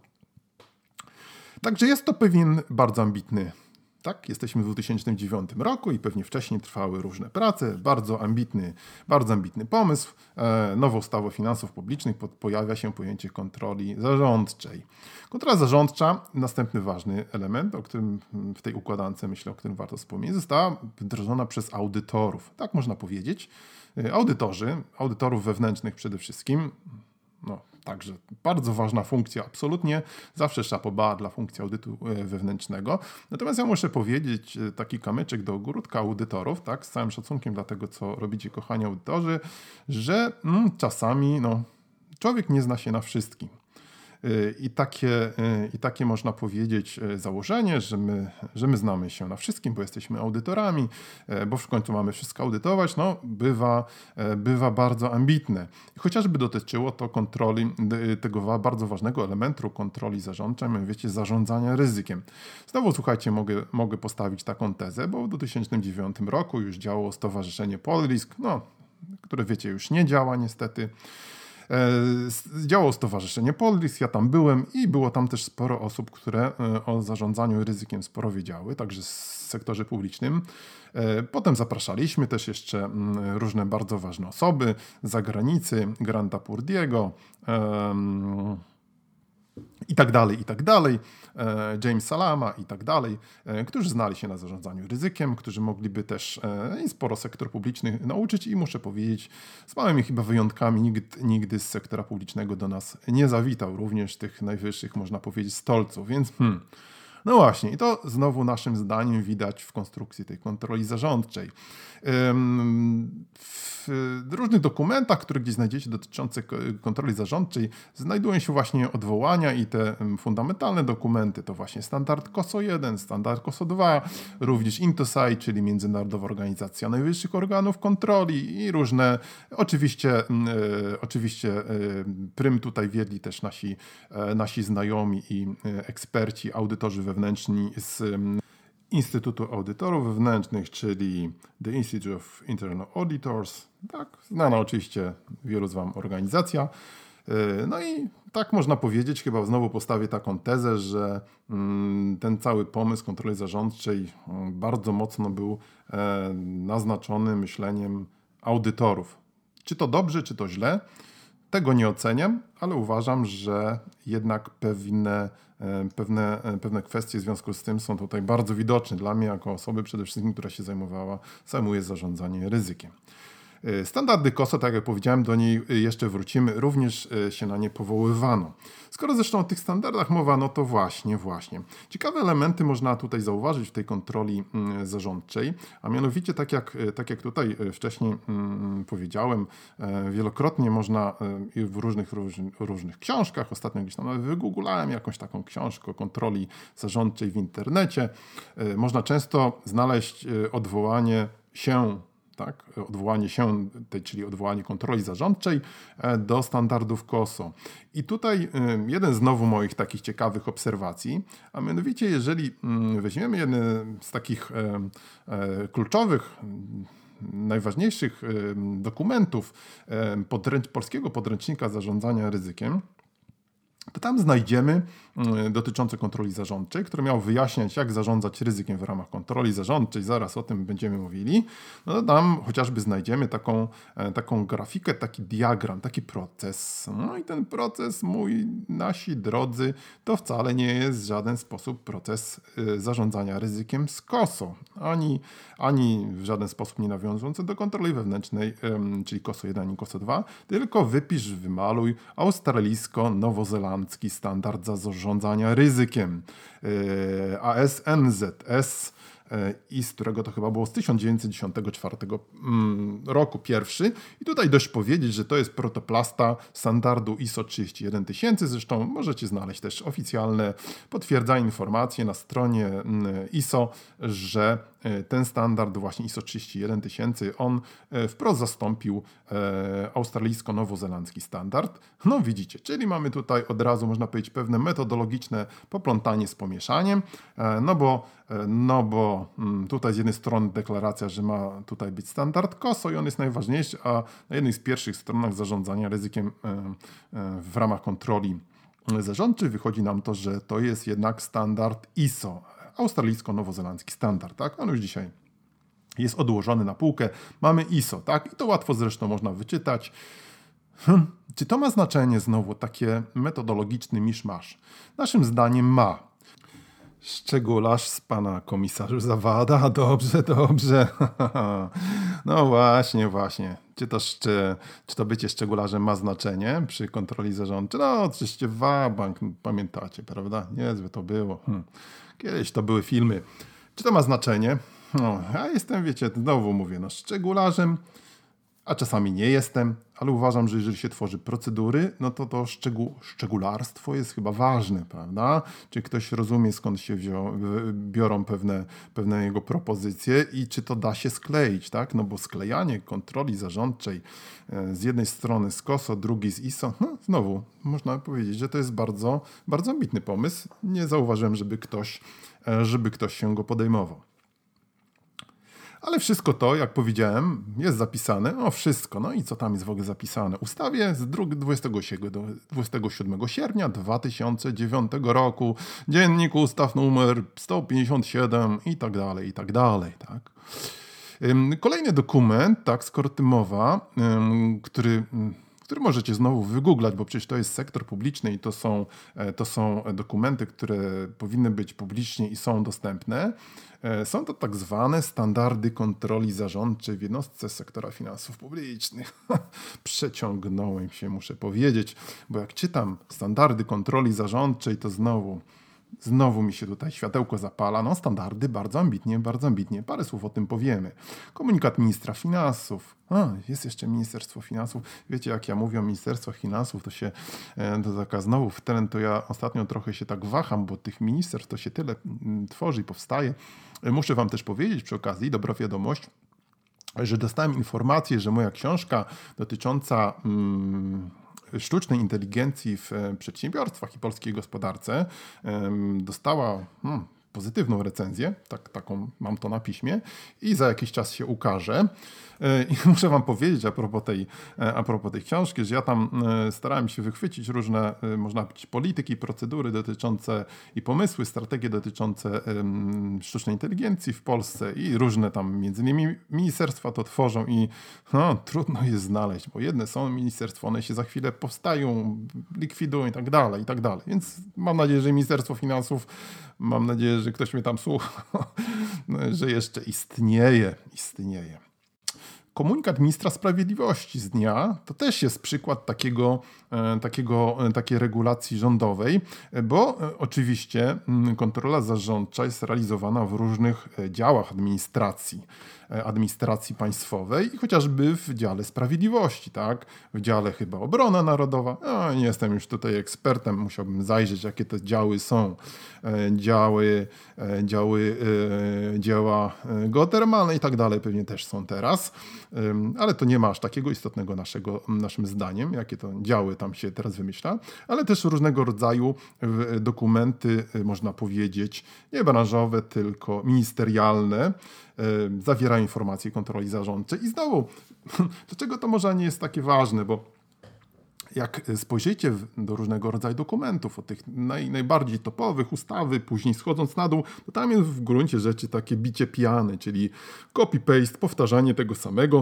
Także jest to pewien bardzo ambitny, tak, jesteśmy w dwa tysiące dziewiątym roku i pewnie wcześniej trwały różne prace. Bardzo ambitny, bardzo ambitny pomysł. E, nową ustawą finansów publicznych pod, pojawia się pojęcie kontroli zarządczej. Kontrola zarządcza, następny ważny element, o którym w tej układance myślę, o którym warto wspomnieć, została wdrożona przez audytorów. Tak można powiedzieć. Audytorzy, audytorów wewnętrznych przede wszystkim, no, także bardzo ważna funkcja, absolutnie. Zawsze szapoba dla funkcji audytu wewnętrznego. Natomiast ja muszę powiedzieć taki kamyczek do ogródka audytorów, tak, z całym szacunkiem dla tego, co robicie, kochani audytorzy, że mm, czasami no, człowiek nie zna się na wszystkim. I takie, I takie można powiedzieć założenie, że my, że my znamy się na wszystkim, bo jesteśmy audytorami, bo w końcu mamy wszystko audytować, no bywa, bywa bardzo ambitne. I chociażby dotyczyło to kontroli, tego bardzo ważnego elementu kontroli zarządczej, mianowicie zarządzania ryzykiem. Znowu słuchajcie, mogę, mogę postawić taką tezę, bo w dwa tysiące dziewiątym roku już działało Stowarzyszenie Polrisk, no, które wiecie już nie działa niestety. Działało Stowarzyszenie Polis, ja tam byłem i było tam też sporo osób, które o zarządzaniu ryzykiem sporo wiedziały, także w sektorze publicznym. Potem zapraszaliśmy też jeszcze różne bardzo ważne osoby z zagranicy, Granta Purdiego, um, i tak dalej, i tak dalej, James Salama i tak dalej, którzy znali się na zarządzaniu ryzykiem, którzy mogliby też i sporo sektor publiczny nauczyć i muszę powiedzieć, z małymi chyba wyjątkami nikt nigdy z sektora publicznego do nas nie zawitał, również tych najwyższych, można powiedzieć, stolców, więc hmm. No właśnie, i to znowu naszym zdaniem widać w konstrukcji tej kontroli zarządczej. W różnych dokumentach, które gdzieś znajdziecie dotyczące kontroli zarządczej, znajdują się właśnie odwołania i te fundamentalne dokumenty. To właśnie standard KOSO jeden, standard KOSO dwa, również INTOSAI, czyli Międzynarodowa Organizacja Najwyższych Organów Kontroli i różne, oczywiście, oczywiście prym tutaj wiedli też nasi, nasi znajomi i eksperci, audytorzy wewnętrzni z Instytutu Audytorów Wewnętrznych, czyli The Institute of Internal Auditors, tak, znana oczywiście wielu z wam organizacja. No i tak można powiedzieć, chyba znowu postawię taką tezę, że ten cały pomysł kontroli zarządczej bardzo mocno był naznaczony myśleniem audytorów. Czy to dobrze, czy to źle? Tego nie oceniam, ale uważam, że jednak pewne, pewne, pewne kwestie w związku z tym są tutaj bardzo widoczne dla mnie jako osoby przede wszystkim, która się zajmowała, zajmuje zarządzanie ryzykiem. Standardy KOSO, tak jak powiedziałem, do niej jeszcze wrócimy, również się na nie powoływano. Skoro zresztą o tych standardach mowa, no to właśnie, właśnie. Ciekawe elementy można tutaj zauważyć w tej kontroli zarządczej, a mianowicie tak jak, tak jak tutaj wcześniej powiedziałem, wielokrotnie można w różnych, różnych, różnych książkach, ostatnio gdzieś tam wygooglałem jakąś taką książkę o kontroli zarządczej w internecie, można często znaleźć odwołanie się Tak, odwołanie się, czyli odwołanie kontroli zarządczej do standardów KOSO. I tutaj jeden znowu moich takich ciekawych obserwacji, a mianowicie jeżeli weźmiemy jeden z takich kluczowych, najważniejszych dokumentów podręcz, polskiego podręcznika zarządzania ryzykiem, to tam znajdziemy dotyczące kontroli zarządczej, który miał wyjaśniać, jak zarządzać ryzykiem w ramach kontroli zarządczej. Zaraz o tym będziemy mówili. No to tam chociażby znajdziemy taką, taką grafikę, taki diagram, taki proces. No i ten proces, mój, nasi drodzy, to wcale nie jest w żaden sposób proces zarządzania ryzykiem z KOSO. Ani, ani w żaden sposób nie nawiązujący do kontroli wewnętrznej, czyli KOSO jeden i KOSO dwa, tylko wypisz, wymaluj australijsko-nowozelandzki standard zarządzania ryzykiem, A S N Z S, i z którego to chyba było z tysiąc dziewięćset dziesiątego czwartego roku pierwszy. I tutaj dość powiedzieć, że to jest protoplasta standardu I S O trzydzieści jeden tysięcy. Zresztą możecie znaleźć też oficjalne potwierdzanie informacje na stronie I S O, że ten standard właśnie I S O trzydzieści jeden tysięcy, on wprost zastąpił australijsko-nowozelandzki standard. No widzicie, czyli mamy tutaj od razu, można powiedzieć, pewne metodologiczne poplątanie z pomieszaniem, no bo, no bo tutaj z jednej strony deklaracja, że ma tutaj być standard KOSO i on jest najważniejszy, a na jednej z pierwszych stronach zarządzania ryzykiem w ramach kontroli zarządczej wychodzi nam to, że to jest jednak standard I S O, australijsko-nowozelandzki standard, tak? On już dzisiaj jest odłożony na półkę. Mamy I S O, tak? I to łatwo zresztą można wyczytać. Hm. Czy to ma znaczenie znowu, takie metodologiczny miszmasz? Naszym zdaniem ma. Szczególarz z pana komisarzu Zawada. Dobrze, dobrze. No właśnie, właśnie. Czy to, czy, czy to bycie szczególarzem ma znaczenie przy kontroli zarządczej? No oczywiście wabank, pamiętacie, prawda? Niezłe to było. Hmm. Kiedyś to były filmy. Czy to ma znaczenie? No, ja jestem, wiecie, znowu mówię, no szczególarzem, a czasami nie jestem, ale uważam, że jeżeli się tworzy procedury, no to to szczegół, szczególarstwo jest chyba ważne, prawda? Czy ktoś rozumie, skąd się wzią, biorą pewne, pewne jego propozycje i czy to da się skleić, tak? No bo sklejanie kontroli zarządczej z jednej strony z KOSO, drugiej z I S O, no znowu można powiedzieć, że to jest bardzo, bardzo ambitny pomysł. Nie zauważyłem, żeby ktoś, żeby ktoś się go podejmował. Ale wszystko to, jak powiedziałem, jest zapisane, no wszystko, no i co tam jest w ogóle zapisane? W ustawie z dwudziestego siódmego sierpnia dwa tysiące dziewiątego roku, Dziennik Ustaw numer sto pięćdziesiąt siedem i tak dalej, i tak dalej, tak. Kolejny dokument, tak, skoro tym mowa, który... który możecie znowu wygooglać, bo przecież to jest sektor publiczny i to są, to są dokumenty, które powinny być publicznie i są dostępne. Są to tak zwane standardy kontroli zarządczej w jednostce sektora finansów publicznych. Przeciągnąłem się, muszę powiedzieć, bo jak czytam standardy kontroli zarządczej, to znowu... Znowu mi się tutaj światełko zapala. No standardy bardzo ambitnie, bardzo ambitnie. Parę słów o tym powiemy. Komunikat ministra finansów. A, jest jeszcze Ministerstwo Finansów. Wiecie, jak ja mówię o Ministerstwie Finansów, to się to taka znowu w teren, to ja ostatnio trochę się tak waham, bo tych ministerstw to się tyle tworzy i powstaje. Muszę wam też powiedzieć przy okazji, dobra wiadomość, że dostałem informację, że moja książka dotycząca... Hmm, sztucznej inteligencji w przedsiębiorstwach i polskiej gospodarce dostała hmm, pozytywną recenzję, tak, taką mam to na piśmie i za jakiś czas się ukaże. I muszę wam powiedzieć a propos, tej, a propos tej książki, że ja tam starałem się wychwycić różne, można powiedzieć, polityki, procedury dotyczące i pomysły, strategie dotyczące um, sztucznej inteligencji w Polsce i różne tam między innymi ministerstwa to tworzą i no, trudno je znaleźć, bo jedne są ministerstwa, one się za chwilę powstają, likwidują i tak dalej, i tak dalej. Więc mam nadzieję, że Ministerstwo Finansów, mam nadzieję, że ktoś mnie tam słucha, że jeszcze istnieje, istnieje. Komunikat ministra sprawiedliwości z dnia to też jest przykład takiego, takiego, takiej regulacji rządowej, bo oczywiście kontrola zarządcza jest realizowana w różnych działach administracji, administracji państwowej i chociażby w dziale sprawiedliwości, tak? W dziale chyba obrona narodowa. No, nie jestem już tutaj ekspertem, musiałbym zajrzeć, jakie te działy są. Działy, działy, dzieła geotermalne i tak dalej pewnie też są teraz, ale to nie ma aż takiego istotnego naszego, naszym zdaniem, jakie to działy tam się teraz wymyśla, ale też różnego rodzaju dokumenty, można powiedzieć, nie branżowe, tylko ministerialne, zawierają informacje kontroli zarządczej. I znowu, dlaczego to może nie jest takie ważne, bo jak spojrzycie do różnego rodzaju dokumentów, od tych naj, najbardziej topowych, ustawy, później schodząc na dół, to tam jest w gruncie rzeczy takie bicie pijane, czyli copy-paste, powtarzanie tego samego.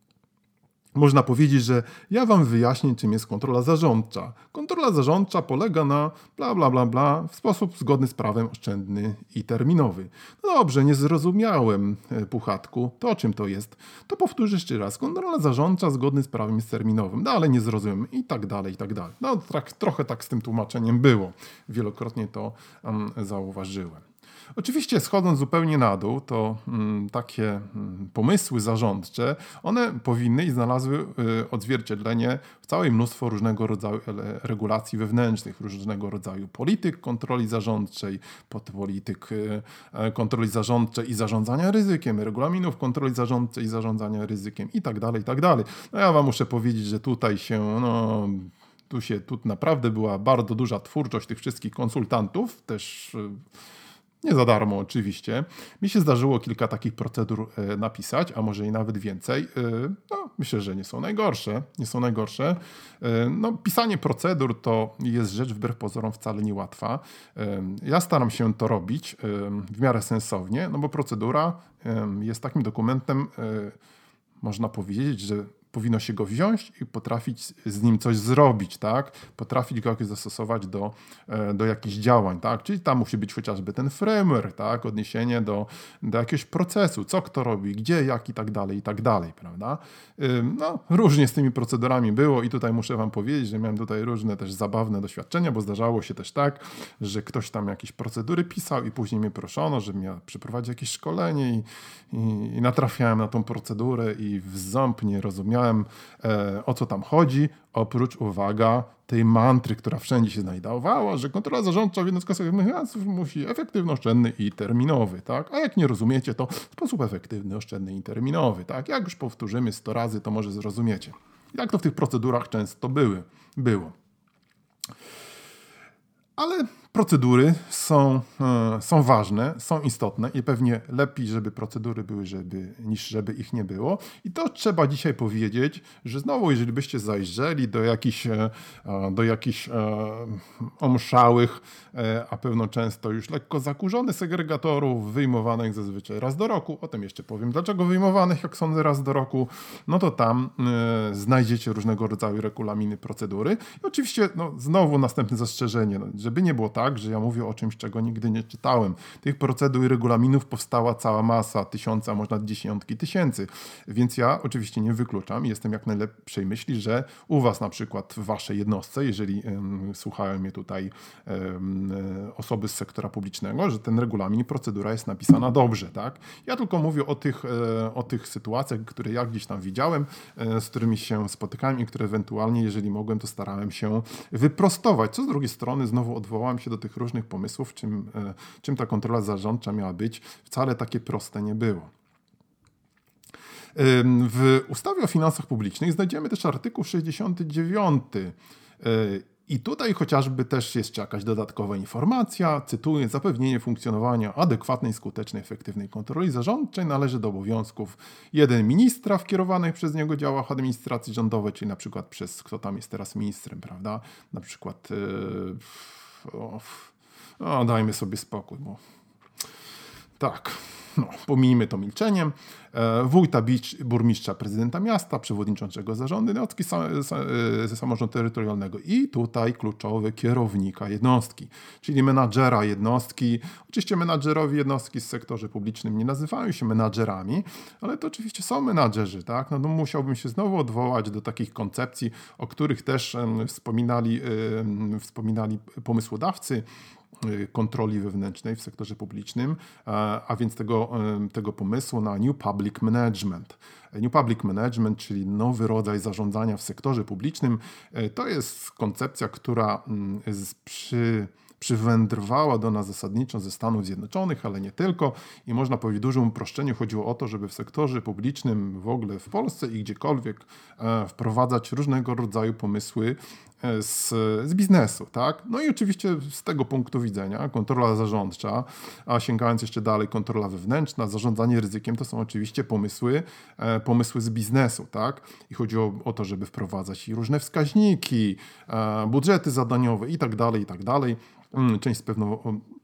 Można powiedzieć, że ja wam wyjaśnię, czym jest kontrola zarządcza. Kontrola zarządcza polega na bla, bla, bla, bla w sposób zgodny z prawem, oszczędny i terminowy. No dobrze, nie zrozumiałem, Puchatku, to o czym to jest? To powtórzę jeszcze raz. Kontrola zarządcza zgodny z prawem jest terminowym. No ale nie zrozumiem i tak dalej, i tak dalej. No tak, trochę tak z tym tłumaczeniem było. Wielokrotnie to um, zauważyłem. Oczywiście schodząc zupełnie na dół, to mm, takie mm, pomysły zarządcze, one powinny i znalazły y, odzwierciedlenie w całej mnóstwo różnego rodzaju regulacji wewnętrznych, różnego rodzaju polityk kontroli zarządczej, podpolityk y, kontroli zarządczej i zarządzania ryzykiem, regulaminów kontroli zarządczej i zarządzania ryzykiem i tak dalej, i tak dalej. No ja wam muszę powiedzieć, że tutaj się, no... Tu się, tu naprawdę była bardzo duża twórczość tych wszystkich konsultantów, też... Y, Nie za darmo oczywiście. Mi się zdarzyło kilka takich procedur e, napisać, a może i nawet więcej. E, no, myślę, że nie są najgorsze. Nie są najgorsze. E, no, pisanie procedur to jest rzecz wbrew pozorom wcale niełatwa. E, ja staram się to robić e, w miarę sensownie, no bo procedura e, jest takim dokumentem, e, można powiedzieć, że powinno się go wziąć i potrafić z nim coś zrobić, tak? Potrafić go jakoś zastosować do, do jakichś działań, tak? Czyli tam musi być chociażby ten framework, tak? Odniesienie do, do jakiegoś procesu, co kto robi, gdzie, jak i tak dalej, i tak dalej, prawda? No, różnie z tymi procedurami było i tutaj muszę wam powiedzieć, że miałem tutaj różne też zabawne doświadczenia, bo zdarzało się też tak, że ktoś tam jakieś procedury pisał i później mnie proszono, żebym ja przeprowadził jakieś szkolenie i, i, i natrafiałem na tą procedurę i w ząb nie rozumiałem, E, o co tam chodzi, oprócz, uwaga, tej mantry, która wszędzie się znajdowała, że kontrola zarządcza w jednostkach finansów musi efektywny, oszczędny i terminowy, tak? A jak nie rozumiecie, to sposób efektywny, oszczędny i terminowy, tak? Jak już powtórzymy sto razy, to może zrozumiecie. I tak to w tych procedurach często były, było. Ale Procedury są, e, są ważne, są istotne i pewnie lepiej, żeby procedury były, żeby, niż żeby ich nie było. I to trzeba dzisiaj powiedzieć, że znowu, jeżeli byście zajrzeli do jakichś, e, do jakichś e, omszałych, e, a pewno często już lekko zakurzonych segregatorów, wyjmowanych zazwyczaj raz do roku, o tym jeszcze powiem, dlaczego wyjmowanych, jak sądzę, raz do roku, no to tam e, znajdziecie różnego rodzaju regulaminy, procedury. I oczywiście no, znowu następne zastrzeżenie, no, żeby nie było tak, że ja mówię o czymś, czego nigdy nie czytałem. Tych procedur i regulaminów powstała cała masa, tysiące, a może nawet dziesiątki tysięcy. Więc ja oczywiście nie wykluczam i jestem jak najlepszej myśli, że u was na przykład w waszej jednostce, jeżeli um, słuchają mnie tutaj um, osoby z sektora publicznego, że ten regulamin i procedura jest napisana dobrze, tak? Ja tylko mówię o tych, e, o tych sytuacjach, które ja gdzieś tam widziałem, e, z którymi się spotykałem i które ewentualnie, jeżeli mogłem, to starałem się wyprostować. Co z drugiej strony znowu odwołałem się do tych różnych pomysłów, czym, e, czym ta kontrola zarządcza miała być. Wcale takie proste nie było. W ustawie o finansach publicznych znajdziemy też artykuł sześćdziesiąty dziewiąty. I tutaj chociażby też jest jakaś dodatkowa informacja, cytuję, zapewnienie funkcjonowania adekwatnej, skutecznej, efektywnej kontroli zarządczej należy do obowiązków jeden ministra w kierowanych przez niego działach administracji rządowej, czyli na przykład przez, kto tam jest teraz ministrem, prawda? Na przykład, yy, o, o, dajmy sobie spokój, bo tak. No, pomijmy to milczeniem. Wójta, burmistrza, prezydenta miasta, przewodniczącego zarządu jednostki samorządu terytorialnego i tutaj kluczowy kierownika jednostki, czyli menadżera jednostki. Oczywiście menadżerowie jednostki w sektorze publicznym nie nazywają się menadżerami, ale to oczywiście są menadżerzy, tak? No, no musiałbym się znowu odwołać do takich koncepcji, o których też um, wspominali, um, wspominali pomysłodawcy kontroli wewnętrznej w sektorze publicznym, a więc tego, tego pomysłu na New Public Management. New Public Management, czyli nowy rodzaj zarządzania w sektorze publicznym, to jest koncepcja, która przy przywędrowała do nas zasadniczo ze Stanów Zjednoczonych, ale nie tylko. I można powiedzieć, w dużym uproszczeniu chodziło o to, żeby w sektorze publicznym, w ogóle w Polsce i gdziekolwiek e, wprowadzać różnego rodzaju pomysły z, z biznesu, tak? No i oczywiście z tego punktu widzenia kontrola zarządcza, a sięgając jeszcze dalej, kontrola wewnętrzna, zarządzanie ryzykiem, to są oczywiście pomysły, e, pomysły z biznesu, tak? I chodziło o to, żeby wprowadzać i różne wskaźniki, e, budżety zadaniowe i tak dalej, i tak dalej. Część z pewną,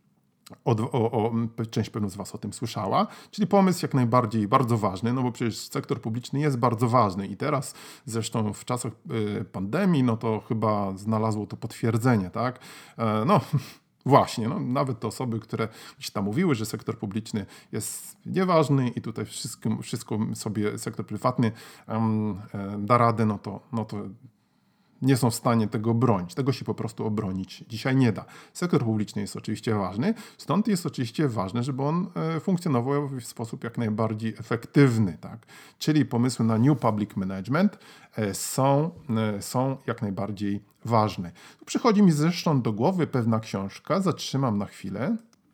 o, o, o, część pewno z was o tym słyszała, czyli pomysł jak najbardziej bardzo ważny, no bo przecież sektor publiczny jest bardzo ważny i teraz zresztą w czasach pandemii, no to chyba znalazło to potwierdzenie, tak? No właśnie, no, nawet te osoby, które gdzieś tam mówiły, że sektor publiczny jest nieważny i tutaj wszystko, wszystko sobie sektor prywatny um, da radę, no to, no to nie są w stanie tego bronić. Tego się po prostu obronić dzisiaj nie da. Sektor publiczny jest oczywiście ważny, stąd jest oczywiście ważne, żeby on funkcjonował w sposób jak najbardziej efektywny. Tak? Czyli pomysły na New Public Management są, są jak najbardziej ważne. Przychodzi mi zresztą do głowy pewna książka, zatrzymam na chwilę.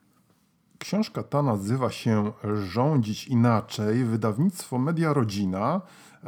Książka ta nazywa się Rządzić inaczej, wydawnictwo Media Rodzina.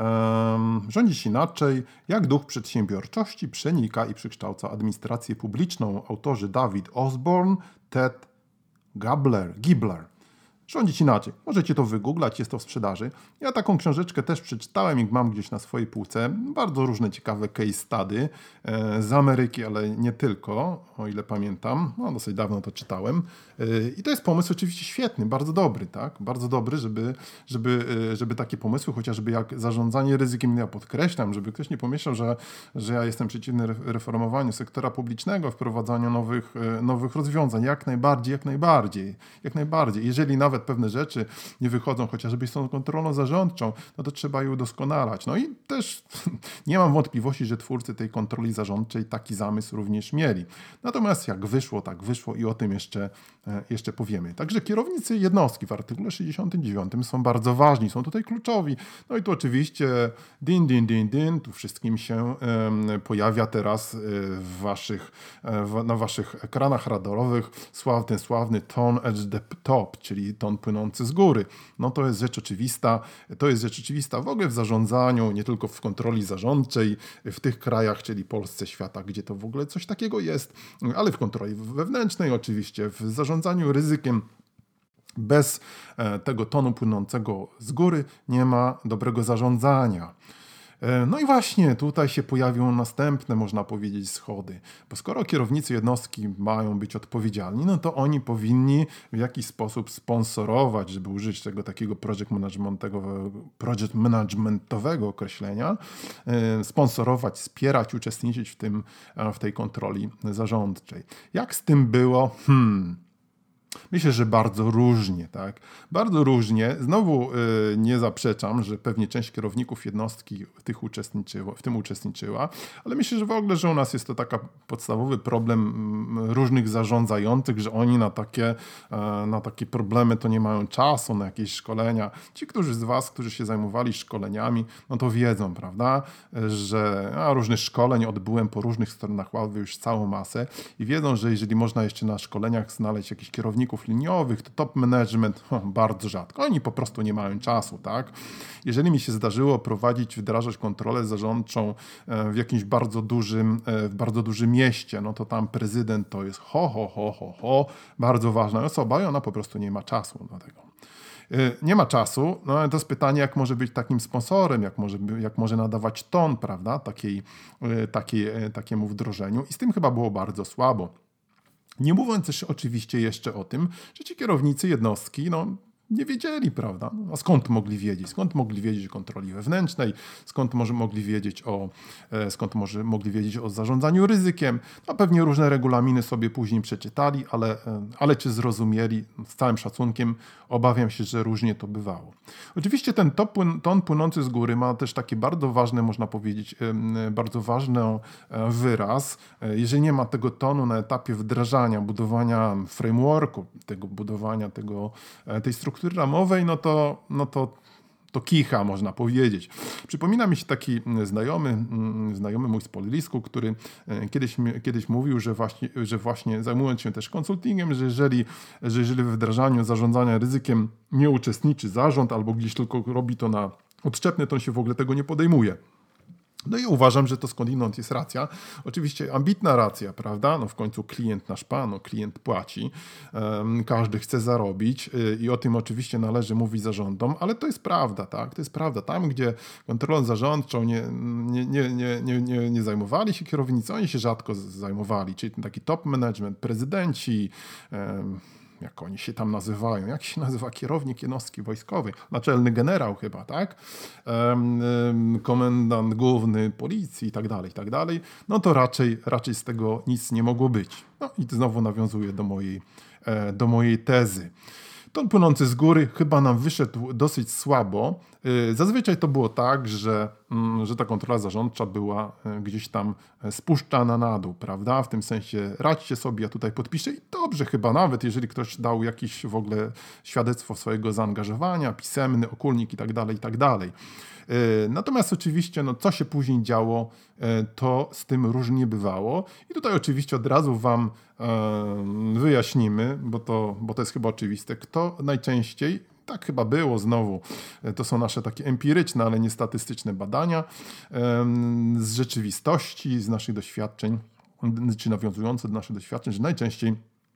Um, rządzić inaczej, jak duch przedsiębiorczości przenika i przekształca administrację publiczną. Autorzy David Osborne, Ted Gabler, Gibler. Rządzić inaczej. Możecie to wygooglać, jest to w sprzedaży. Ja taką książeczkę też przeczytałem i mam gdzieś na swojej półce. Bardzo różne ciekawe case study e, z Ameryki, ale nie tylko, o ile pamiętam. No, dosyć dawno to czytałem. E, I to jest pomysł oczywiście świetny, bardzo dobry, tak? Bardzo dobry, żeby, żeby, e, żeby takie pomysły, chociażby jak zarządzanie ryzykiem, ja podkreślam, żeby ktoś nie pomyślał, że, że ja jestem przeciwny reformowaniu sektora publicznego, wprowadzaniu nowych, e, nowych rozwiązań. Jak najbardziej, jak najbardziej, jak najbardziej. Jeżeli nawet pewne rzeczy nie wychodzą, chociażby z tą kontrolą zarządczą, no to trzeba je udoskonalać. No i też nie mam wątpliwości, że twórcy tej kontroli zarządczej taki zamysł również mieli. Natomiast jak wyszło, tak wyszło i o tym jeszcze, jeszcze powiemy. Także kierownicy jednostki w artykule sześćdziesiątym dziewiątym są bardzo ważni, są tutaj kluczowi. No i tu oczywiście din, din, din, din, tu wszystkim się um, pojawia teraz w waszych, w, na waszych ekranach radarowych sławny, sławny tone at the top, czyli to ton płynący z góry. No to jest rzecz oczywista, to jest rzecz oczywista w ogóle w zarządzaniu, nie tylko w kontroli zarządczej w tych krajach, czyli Polsce, świata, gdzie to w ogóle coś takiego jest, ale w kontroli wewnętrznej oczywiście, w zarządzaniu ryzykiem. Bez tego tonu płynącego z góry nie ma dobrego zarządzania. No i właśnie tutaj się pojawią następne, można powiedzieć, schody. Bo skoro kierownicy jednostki mają być odpowiedzialni, no to oni powinni w jakiś sposób sponsorować, żeby użyć tego takiego project managementowego, project managementowego określenia, sponsorować, wspierać, uczestniczyć w tym, w tej kontroli zarządczej. Jak z tym było? Hmm... Myślę, że bardzo różnie, tak? Bardzo różnie. Znowu y, nie zaprzeczam, że pewnie część kierowników jednostki w, tych uczestniczyło, w tym uczestniczyła, ale myślę, że w ogóle, że u nas jest to taki podstawowy problem y, różnych zarządzających, że oni na takie, y, na takie problemy to nie mają czasu, na jakieś szkolenia. Ci, którzy z was, którzy się zajmowali szkoleniami, no to wiedzą, prawda, że a, różnych szkoleń odbyłem po różnych stronach ławy już całą masę i wiedzą, że jeżeli można jeszcze na szkoleniach znaleźć jakichś kierowników liniowych, to top management oh, bardzo rzadko. Oni po prostu nie mają czasu, tak? Jeżeli mi się zdarzyło prowadzić, wdrażać kontrolę zarządczą w jakimś bardzo dużym, w bardzo dużym mieście, no to tam prezydent to jest ho, ho, ho, ho, ho, bardzo ważna osoba i ona po prostu nie ma czasu do tego. Nie ma czasu, no ale to jest pytanie, jak może być takim sponsorem, jak może, jak może nadawać ton, prawda, takiej, takiej, takiemu wdrożeniu i z tym chyba było bardzo słabo. Nie mówiąc też oczywiście jeszcze o tym, że ci kierownicy jednostki no, nie wiedzieli, prawda? No, a skąd mogli wiedzieć? Skąd mogli wiedzieć o kontroli wewnętrznej? Skąd może mogli wiedzieć o, skąd może mogli wiedzieć o zarządzaniu ryzykiem? No pewnie różne regulaminy sobie później przeczytali, ale, ale czy zrozumieli? Z całym szacunkiem obawiam się, że różnie to bywało. Oczywiście ten ton płynący z góry ma też taki bardzo ważny, można powiedzieć, bardzo ważny wyraz. Jeżeli nie ma tego tonu na etapie wdrażania, budowania frameworku, tego budowania tego, tej struktury ramowej, no to, no to, to kicha, można powiedzieć. Przypomina mi się taki znajomy, znajomy mój z Polisku, który kiedyś, kiedyś mówił, że właśnie, że właśnie zajmując się też konsultingiem, że jeżeli, że jeżeli w wdrażaniu zarządzania ryzykiem nie uczestniczy zarząd albo gdzieś tylko robi to na odszczepnie, to on się w ogóle tego nie podejmuje. No i uważam, że to skądinąd jest racja. Oczywiście ambitna racja, prawda? No w końcu klient nasz pan, no klient płaci, um, każdy chce zarobić yy, i o tym oczywiście należy mówić zarządom, ale to jest prawda, tak? To jest prawda. Tam, gdzie kontrolą zarządczą nie, nie, nie, nie, nie, nie, nie zajmowali się kierownicy, oni się rzadko zajmowali, czyli ten taki top management, prezydenci, um, jak oni się tam nazywają, jak się nazywa kierownik jednostki wojskowej, naczelny generał chyba, tak, um, um, komendant główny policji i tak dalej, i tak dalej, no to raczej, raczej z tego nic nie mogło być. No i znowu nawiązuję do mojej, e, do mojej tezy. Ton płynący z góry chyba nam wyszedł dosyć słabo. Zazwyczaj to było tak, że, że ta kontrola zarządcza była gdzieś tam spuszczana na dół, prawda? W tym sensie radźcie sobie, ja tutaj podpiszę i dobrze chyba nawet, jeżeli ktoś dał jakieś w ogóle świadectwo swojego zaangażowania, pisemny, okulnik i tak dalej, i tak dalej. Natomiast oczywiście, no, co się później działo, to z tym różnie bywało. I tutaj oczywiście od razu wam wyjaśnimy, bo to, bo to jest chyba oczywiste, kto najczęściej, tak chyba było znowu, to są nasze takie empiryczne, ale nie statystyczne badania z rzeczywistości, z naszych doświadczeń, czy nawiązujące do naszych doświadczeń, że najczęściej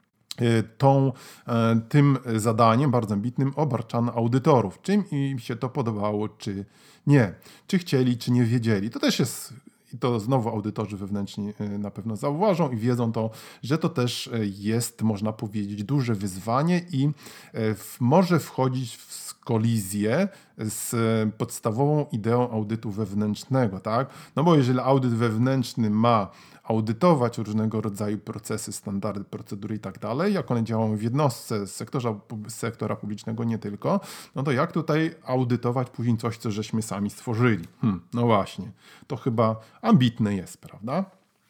Tą, tym zadaniem bardzo ambitnym obarczano audytorów. Czy im się to podobało, czy nie. Czy chcieli, czy nie wiedzieli. To też jest, i to znowu audytorzy wewnętrzni na pewno zauważą i wiedzą to, że to też jest, można powiedzieć, duże wyzwanie i może wchodzić w kolizję z podstawową ideą audytu wewnętrznego, tak? No bo jeżeli audyt wewnętrzny ma audytować różnego rodzaju procesy, standardy, procedury i tak dalej, jak one działają w jednostce z sektora, z sektora publicznego, nie tylko, no to jak tutaj audytować później coś, co żeśmy sami stworzyli? Hmm, no właśnie, to chyba ambitne jest, prawda?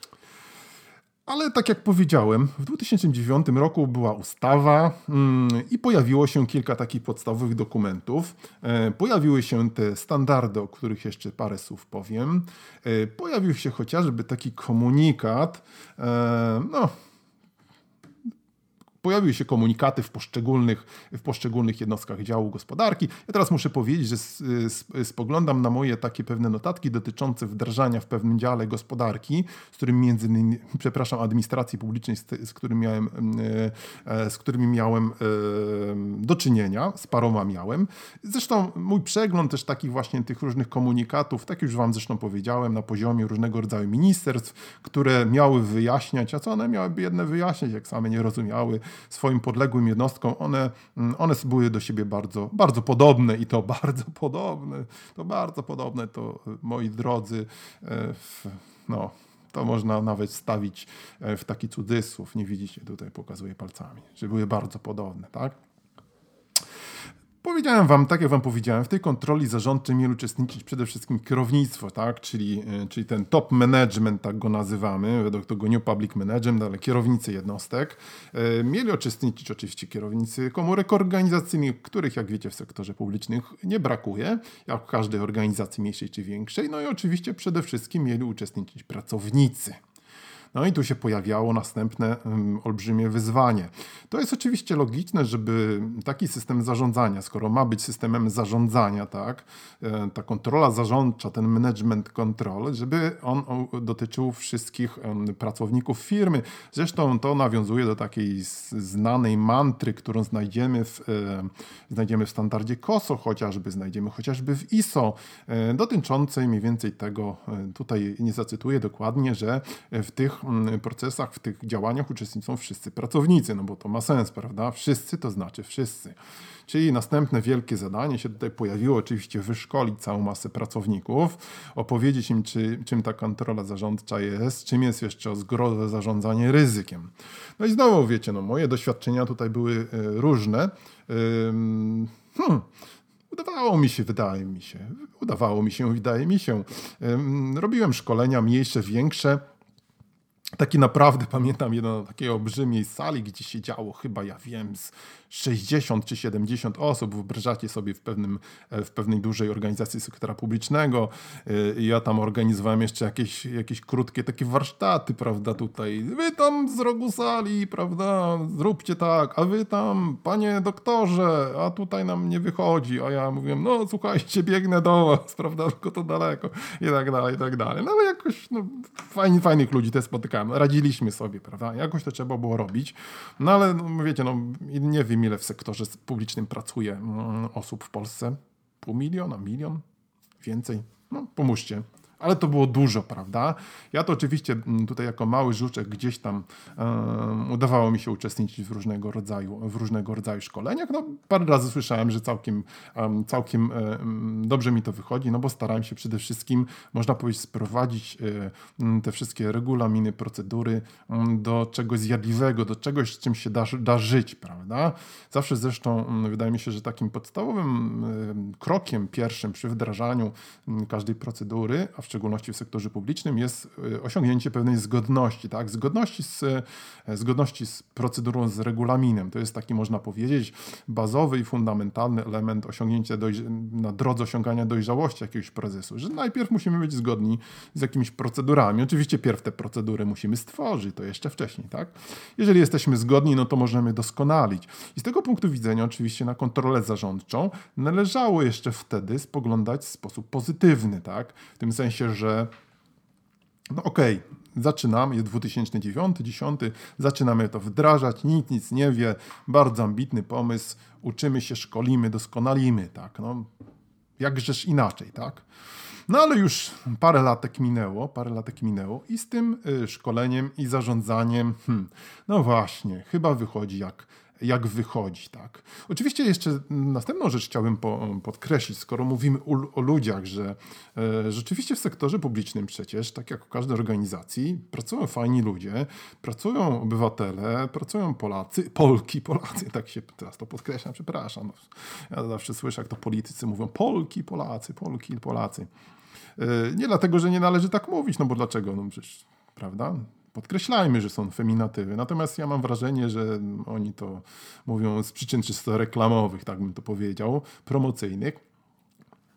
Ale tak jak powiedziałem, w dwa tysiące dziewiątym roku była ustawa mm, i pojawiło się kilka takich podstawowych dokumentów. E, pojawiły się te standardy, o których jeszcze parę słów powiem. E, pojawił się chociażby taki komunikat, e, no, pojawiły się komunikaty w poszczególnych, w poszczególnych jednostkach działu gospodarki. Ja teraz muszę powiedzieć, że spoglądam na moje takie pewne notatki dotyczące wdrażania w pewnym dziale gospodarki, z którym między innymi, przepraszam, administracji publicznej, z, z, którym miałem, z którymi miałem do czynienia, z paroma miałem. Zresztą mój przegląd też takich właśnie tych różnych komunikatów, tak już wam zresztą powiedziałem, na poziomie różnego rodzaju ministerstw, które miały wyjaśniać, a co one miałyby jedne wyjaśniać, jak same nie rozumiały swoim podległym jednostkom, one, one były do siebie bardzo, bardzo podobne i to bardzo podobne, to bardzo podobne, to moi drodzy, no, to można nawet stawić w taki cudzysłów, nie widzicie, tutaj pokazuję palcami, że były bardzo podobne, tak? Powiedziałem wam, tak jak wam powiedziałem, w tej kontroli zarządczej mieli uczestniczyć przede wszystkim kierownictwo, tak? czyli, czyli ten top management, tak go nazywamy, według tego New Public Management, ale kierownicy jednostek. Mieli uczestniczyć oczywiście kierownicy komórek organizacyjnych, których, jak wiecie, w sektorze publicznym nie brakuje, jak w każdej organizacji mniejszej czy większej. No i oczywiście przede wszystkim mieli uczestniczyć pracownicy. No i tu się pojawiało następne um, olbrzymie wyzwanie. To jest oczywiście logiczne, żeby taki system zarządzania, skoro ma być systemem zarządzania, tak, e, ta kontrola zarządcza, ten management control, żeby on o, dotyczył wszystkich um, pracowników firmy. Zresztą to nawiązuje do takiej znanej mantry, którą znajdziemy w, e, znajdziemy w standardzie KOSO chociażby, znajdziemy chociażby w I S O, e, dotyczącej mniej więcej tego, e, tutaj nie zacytuję dokładnie, że w tych procesach, w tych działaniach uczestniczą wszyscy pracownicy, no bo to ma sens, prawda? Wszyscy to znaczy wszyscy. Czyli następne wielkie zadanie się tutaj pojawiło, oczywiście wyszkolić całą masę pracowników, opowiedzieć im, czy, czym ta kontrola zarządcza jest, czym jest jeszcze zgrozę zarządzanie ryzykiem. No i znowu wiecie, no moje doświadczenia tutaj były różne. Hmm. Udawało mi się, wydaje mi się, udawało mi się, wydaje mi się. Robiłem szkolenia mniejsze, większe. Taki naprawdę pamiętam jedną takiej olbrzymiej sali, gdzie siedziało chyba, ja wiem, z sześćdziesiąt czy siedemdziesiąt osób. Wyobrażacie sobie w, pewnym, w pewnej dużej organizacji sektora publicznego. Ja tam organizowałem jeszcze jakieś, jakieś krótkie takie warsztaty, prawda, tutaj. Wy tam z rogu sali, prawda, zróbcie tak, a wy tam, panie doktorze, a tutaj nam nie wychodzi. A ja mówię, no słuchajcie, biegnę do was, prawda, tylko to daleko i tak dalej, i tak dalej. No ale jakoś, no, fajnie, fajnych ludzi też spotykałem. Radziliśmy sobie, prawda, jakoś to trzeba było robić. No ale no, wiecie, no nie wiem, ile w sektorze publicznym pracuje mm, osób w Polsce. Pół miliona, milion, więcej. No, pomóżcie. Ale to było dużo, prawda? Ja to oczywiście tutaj jako mały żuczek gdzieś tam um, udawało mi się uczestniczyć w różnego rodzaju, w różnego rodzaju szkoleniach. No, parę razy słyszałem, że całkiem, um, całkiem um, dobrze mi to wychodzi, no bo starałem się przede wszystkim, można powiedzieć, sprowadzić um, te wszystkie regulaminy, procedury um, do czegoś zjadliwego, do czegoś, z czym się da, da żyć, prawda? Zawsze zresztą um, wydaje mi się, że takim podstawowym um, krokiem pierwszym przy wdrażaniu um, każdej procedury, a w szczególności w sektorze publicznym, jest osiągnięcie pewnej zgodności, tak? Zgodności z, zgodności z procedurą, z regulaminem. To jest taki, można powiedzieć, bazowy i fundamentalny element osiągnięcia dojrz- na drodze osiągania dojrzałości jakiegoś procesu, że najpierw musimy być zgodni z jakimiś procedurami. Oczywiście pierw te procedury musimy stworzyć, to jeszcze wcześniej, tak? Jeżeli jesteśmy zgodni, no to możemy doskonalić. I z tego punktu widzenia oczywiście na kontrolę zarządczą należało jeszcze wtedy spoglądać w sposób pozytywny, tak? W tym sensie, że no okej, okay, zaczynamy, jest dwa tysiące dziewiąty, dziesiąty, zaczynamy to wdrażać, nikt nic nie wie, bardzo ambitny pomysł, uczymy się, szkolimy, doskonalimy, tak, no, jakżeż inaczej, tak. No ale już parę latek minęło, parę latek minęło i z tym y, szkoleniem i zarządzaniem, hmm, no właśnie, chyba wychodzi jak jak wychodzi, tak. Oczywiście jeszcze następną rzecz chciałbym po, podkreślić, skoro mówimy o, o ludziach, że e, rzeczywiście w sektorze publicznym przecież, tak jak w każdej organizacji, pracują fajni ludzie, pracują obywatele, pracują Polacy, Polki, Polacy, tak się teraz to podkreślam, przepraszam. No, ja zawsze słyszę, jak to politycy mówią, Polki, Polacy, Polki, Polacy. E, nie dlatego, że nie należy tak mówić, no bo dlaczego? No przecież, prawda? Podkreślajmy, że są feminatywy. Natomiast ja mam wrażenie, że oni to mówią z przyczyn czysto reklamowych, tak bym to powiedział, promocyjnych.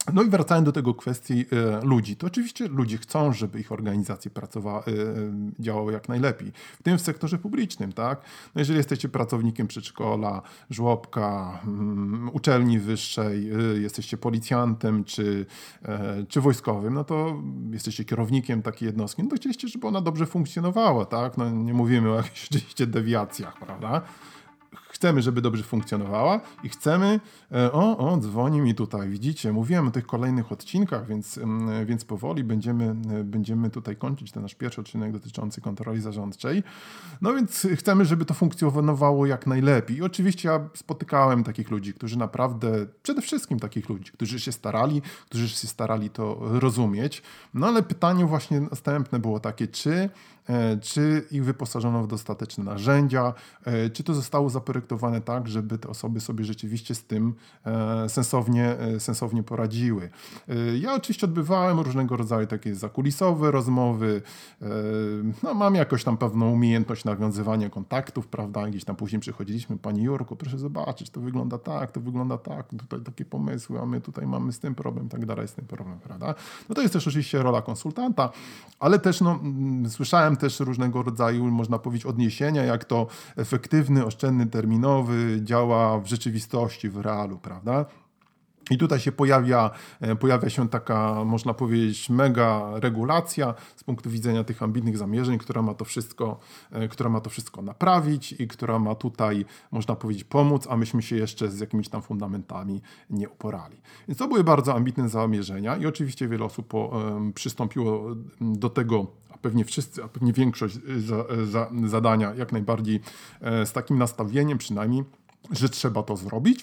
No i wracając do tego kwestii y, ludzi, to oczywiście ludzie chcą, żeby ich organizacje pracowały, y, y, działały jak najlepiej, w tym w sektorze publicznym, tak? No jeżeli jesteście pracownikiem przedszkola, żłobka, y, uczelni wyższej, y, jesteście policjantem czy, y, czy wojskowym, no to jesteście kierownikiem takiej jednostki, no to chcieliście, żeby ona dobrze funkcjonowała, tak? No nie mówimy o jakichś oczywiście dewiacjach, prawda? Chcemy, żeby dobrze funkcjonowała i chcemy, o, o, dzwoni mi tutaj, widzicie, mówiłem o tych kolejnych odcinkach, więc, więc powoli będziemy, będziemy tutaj kończyć ten nasz pierwszy odcinek dotyczący kontroli zarządczej. No więc chcemy, żeby to funkcjonowało jak najlepiej. I oczywiście ja spotykałem takich ludzi, którzy naprawdę, przede wszystkim takich ludzi, którzy się starali, którzy się starali to rozumieć. No ale pytanie właśnie następne było takie, czy czy ich wyposażono w dostateczne narzędzia, czy to zostało zaprojektowane tak, żeby te osoby sobie rzeczywiście z tym sensownie, sensownie poradziły. Ja oczywiście odbywałem różnego rodzaju takie zakulisowe rozmowy, no, mam jakoś tam pewną umiejętność nawiązywania kontaktów, prawda, gdzieś tam później przychodziliśmy, pani Jurku, proszę zobaczyć, to wygląda tak, to wygląda tak, tutaj takie pomysły, a my tutaj mamy z tym problem, tak dalej, z tym problem, prawda. No to jest też oczywiście rola konsultanta, ale też no, słyszałem też różnego rodzaju, można powiedzieć, odniesienia, jak to efektywny, oszczędny, terminowy działa w rzeczywistości, w realu, prawda? I tutaj się pojawia, pojawia się taka, można powiedzieć, mega regulacja z punktu widzenia tych ambitnych zamierzeń, która ma to wszystko, która ma to wszystko naprawić i która ma tutaj, można powiedzieć, pomóc, a myśmy się jeszcze z jakimiś tam fundamentami nie uporali. Więc to były bardzo ambitne zamierzenia i oczywiście wiele osób po, um, przystąpiło do tego, a pewnie wszyscy, a pewnie większość za, za, zadania jak najbardziej e, z takim nastawieniem przynajmniej, że trzeba to zrobić.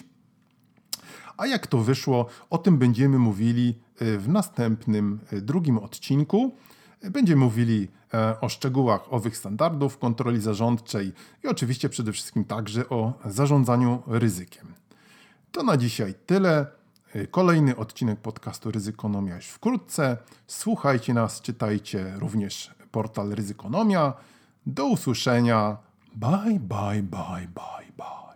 A jak to wyszło, o tym będziemy mówili w następnym, drugim odcinku. Będziemy mówili o szczegółach owych standardów kontroli zarządczej i oczywiście przede wszystkim także o zarządzaniu ryzykiem. To na dzisiaj tyle. Kolejny odcinek podcastu Ryzykonomia już wkrótce. Słuchajcie nas, czytajcie również portal Ryzykonomia. Do usłyszenia. Bye, bye, bye, bye, bye.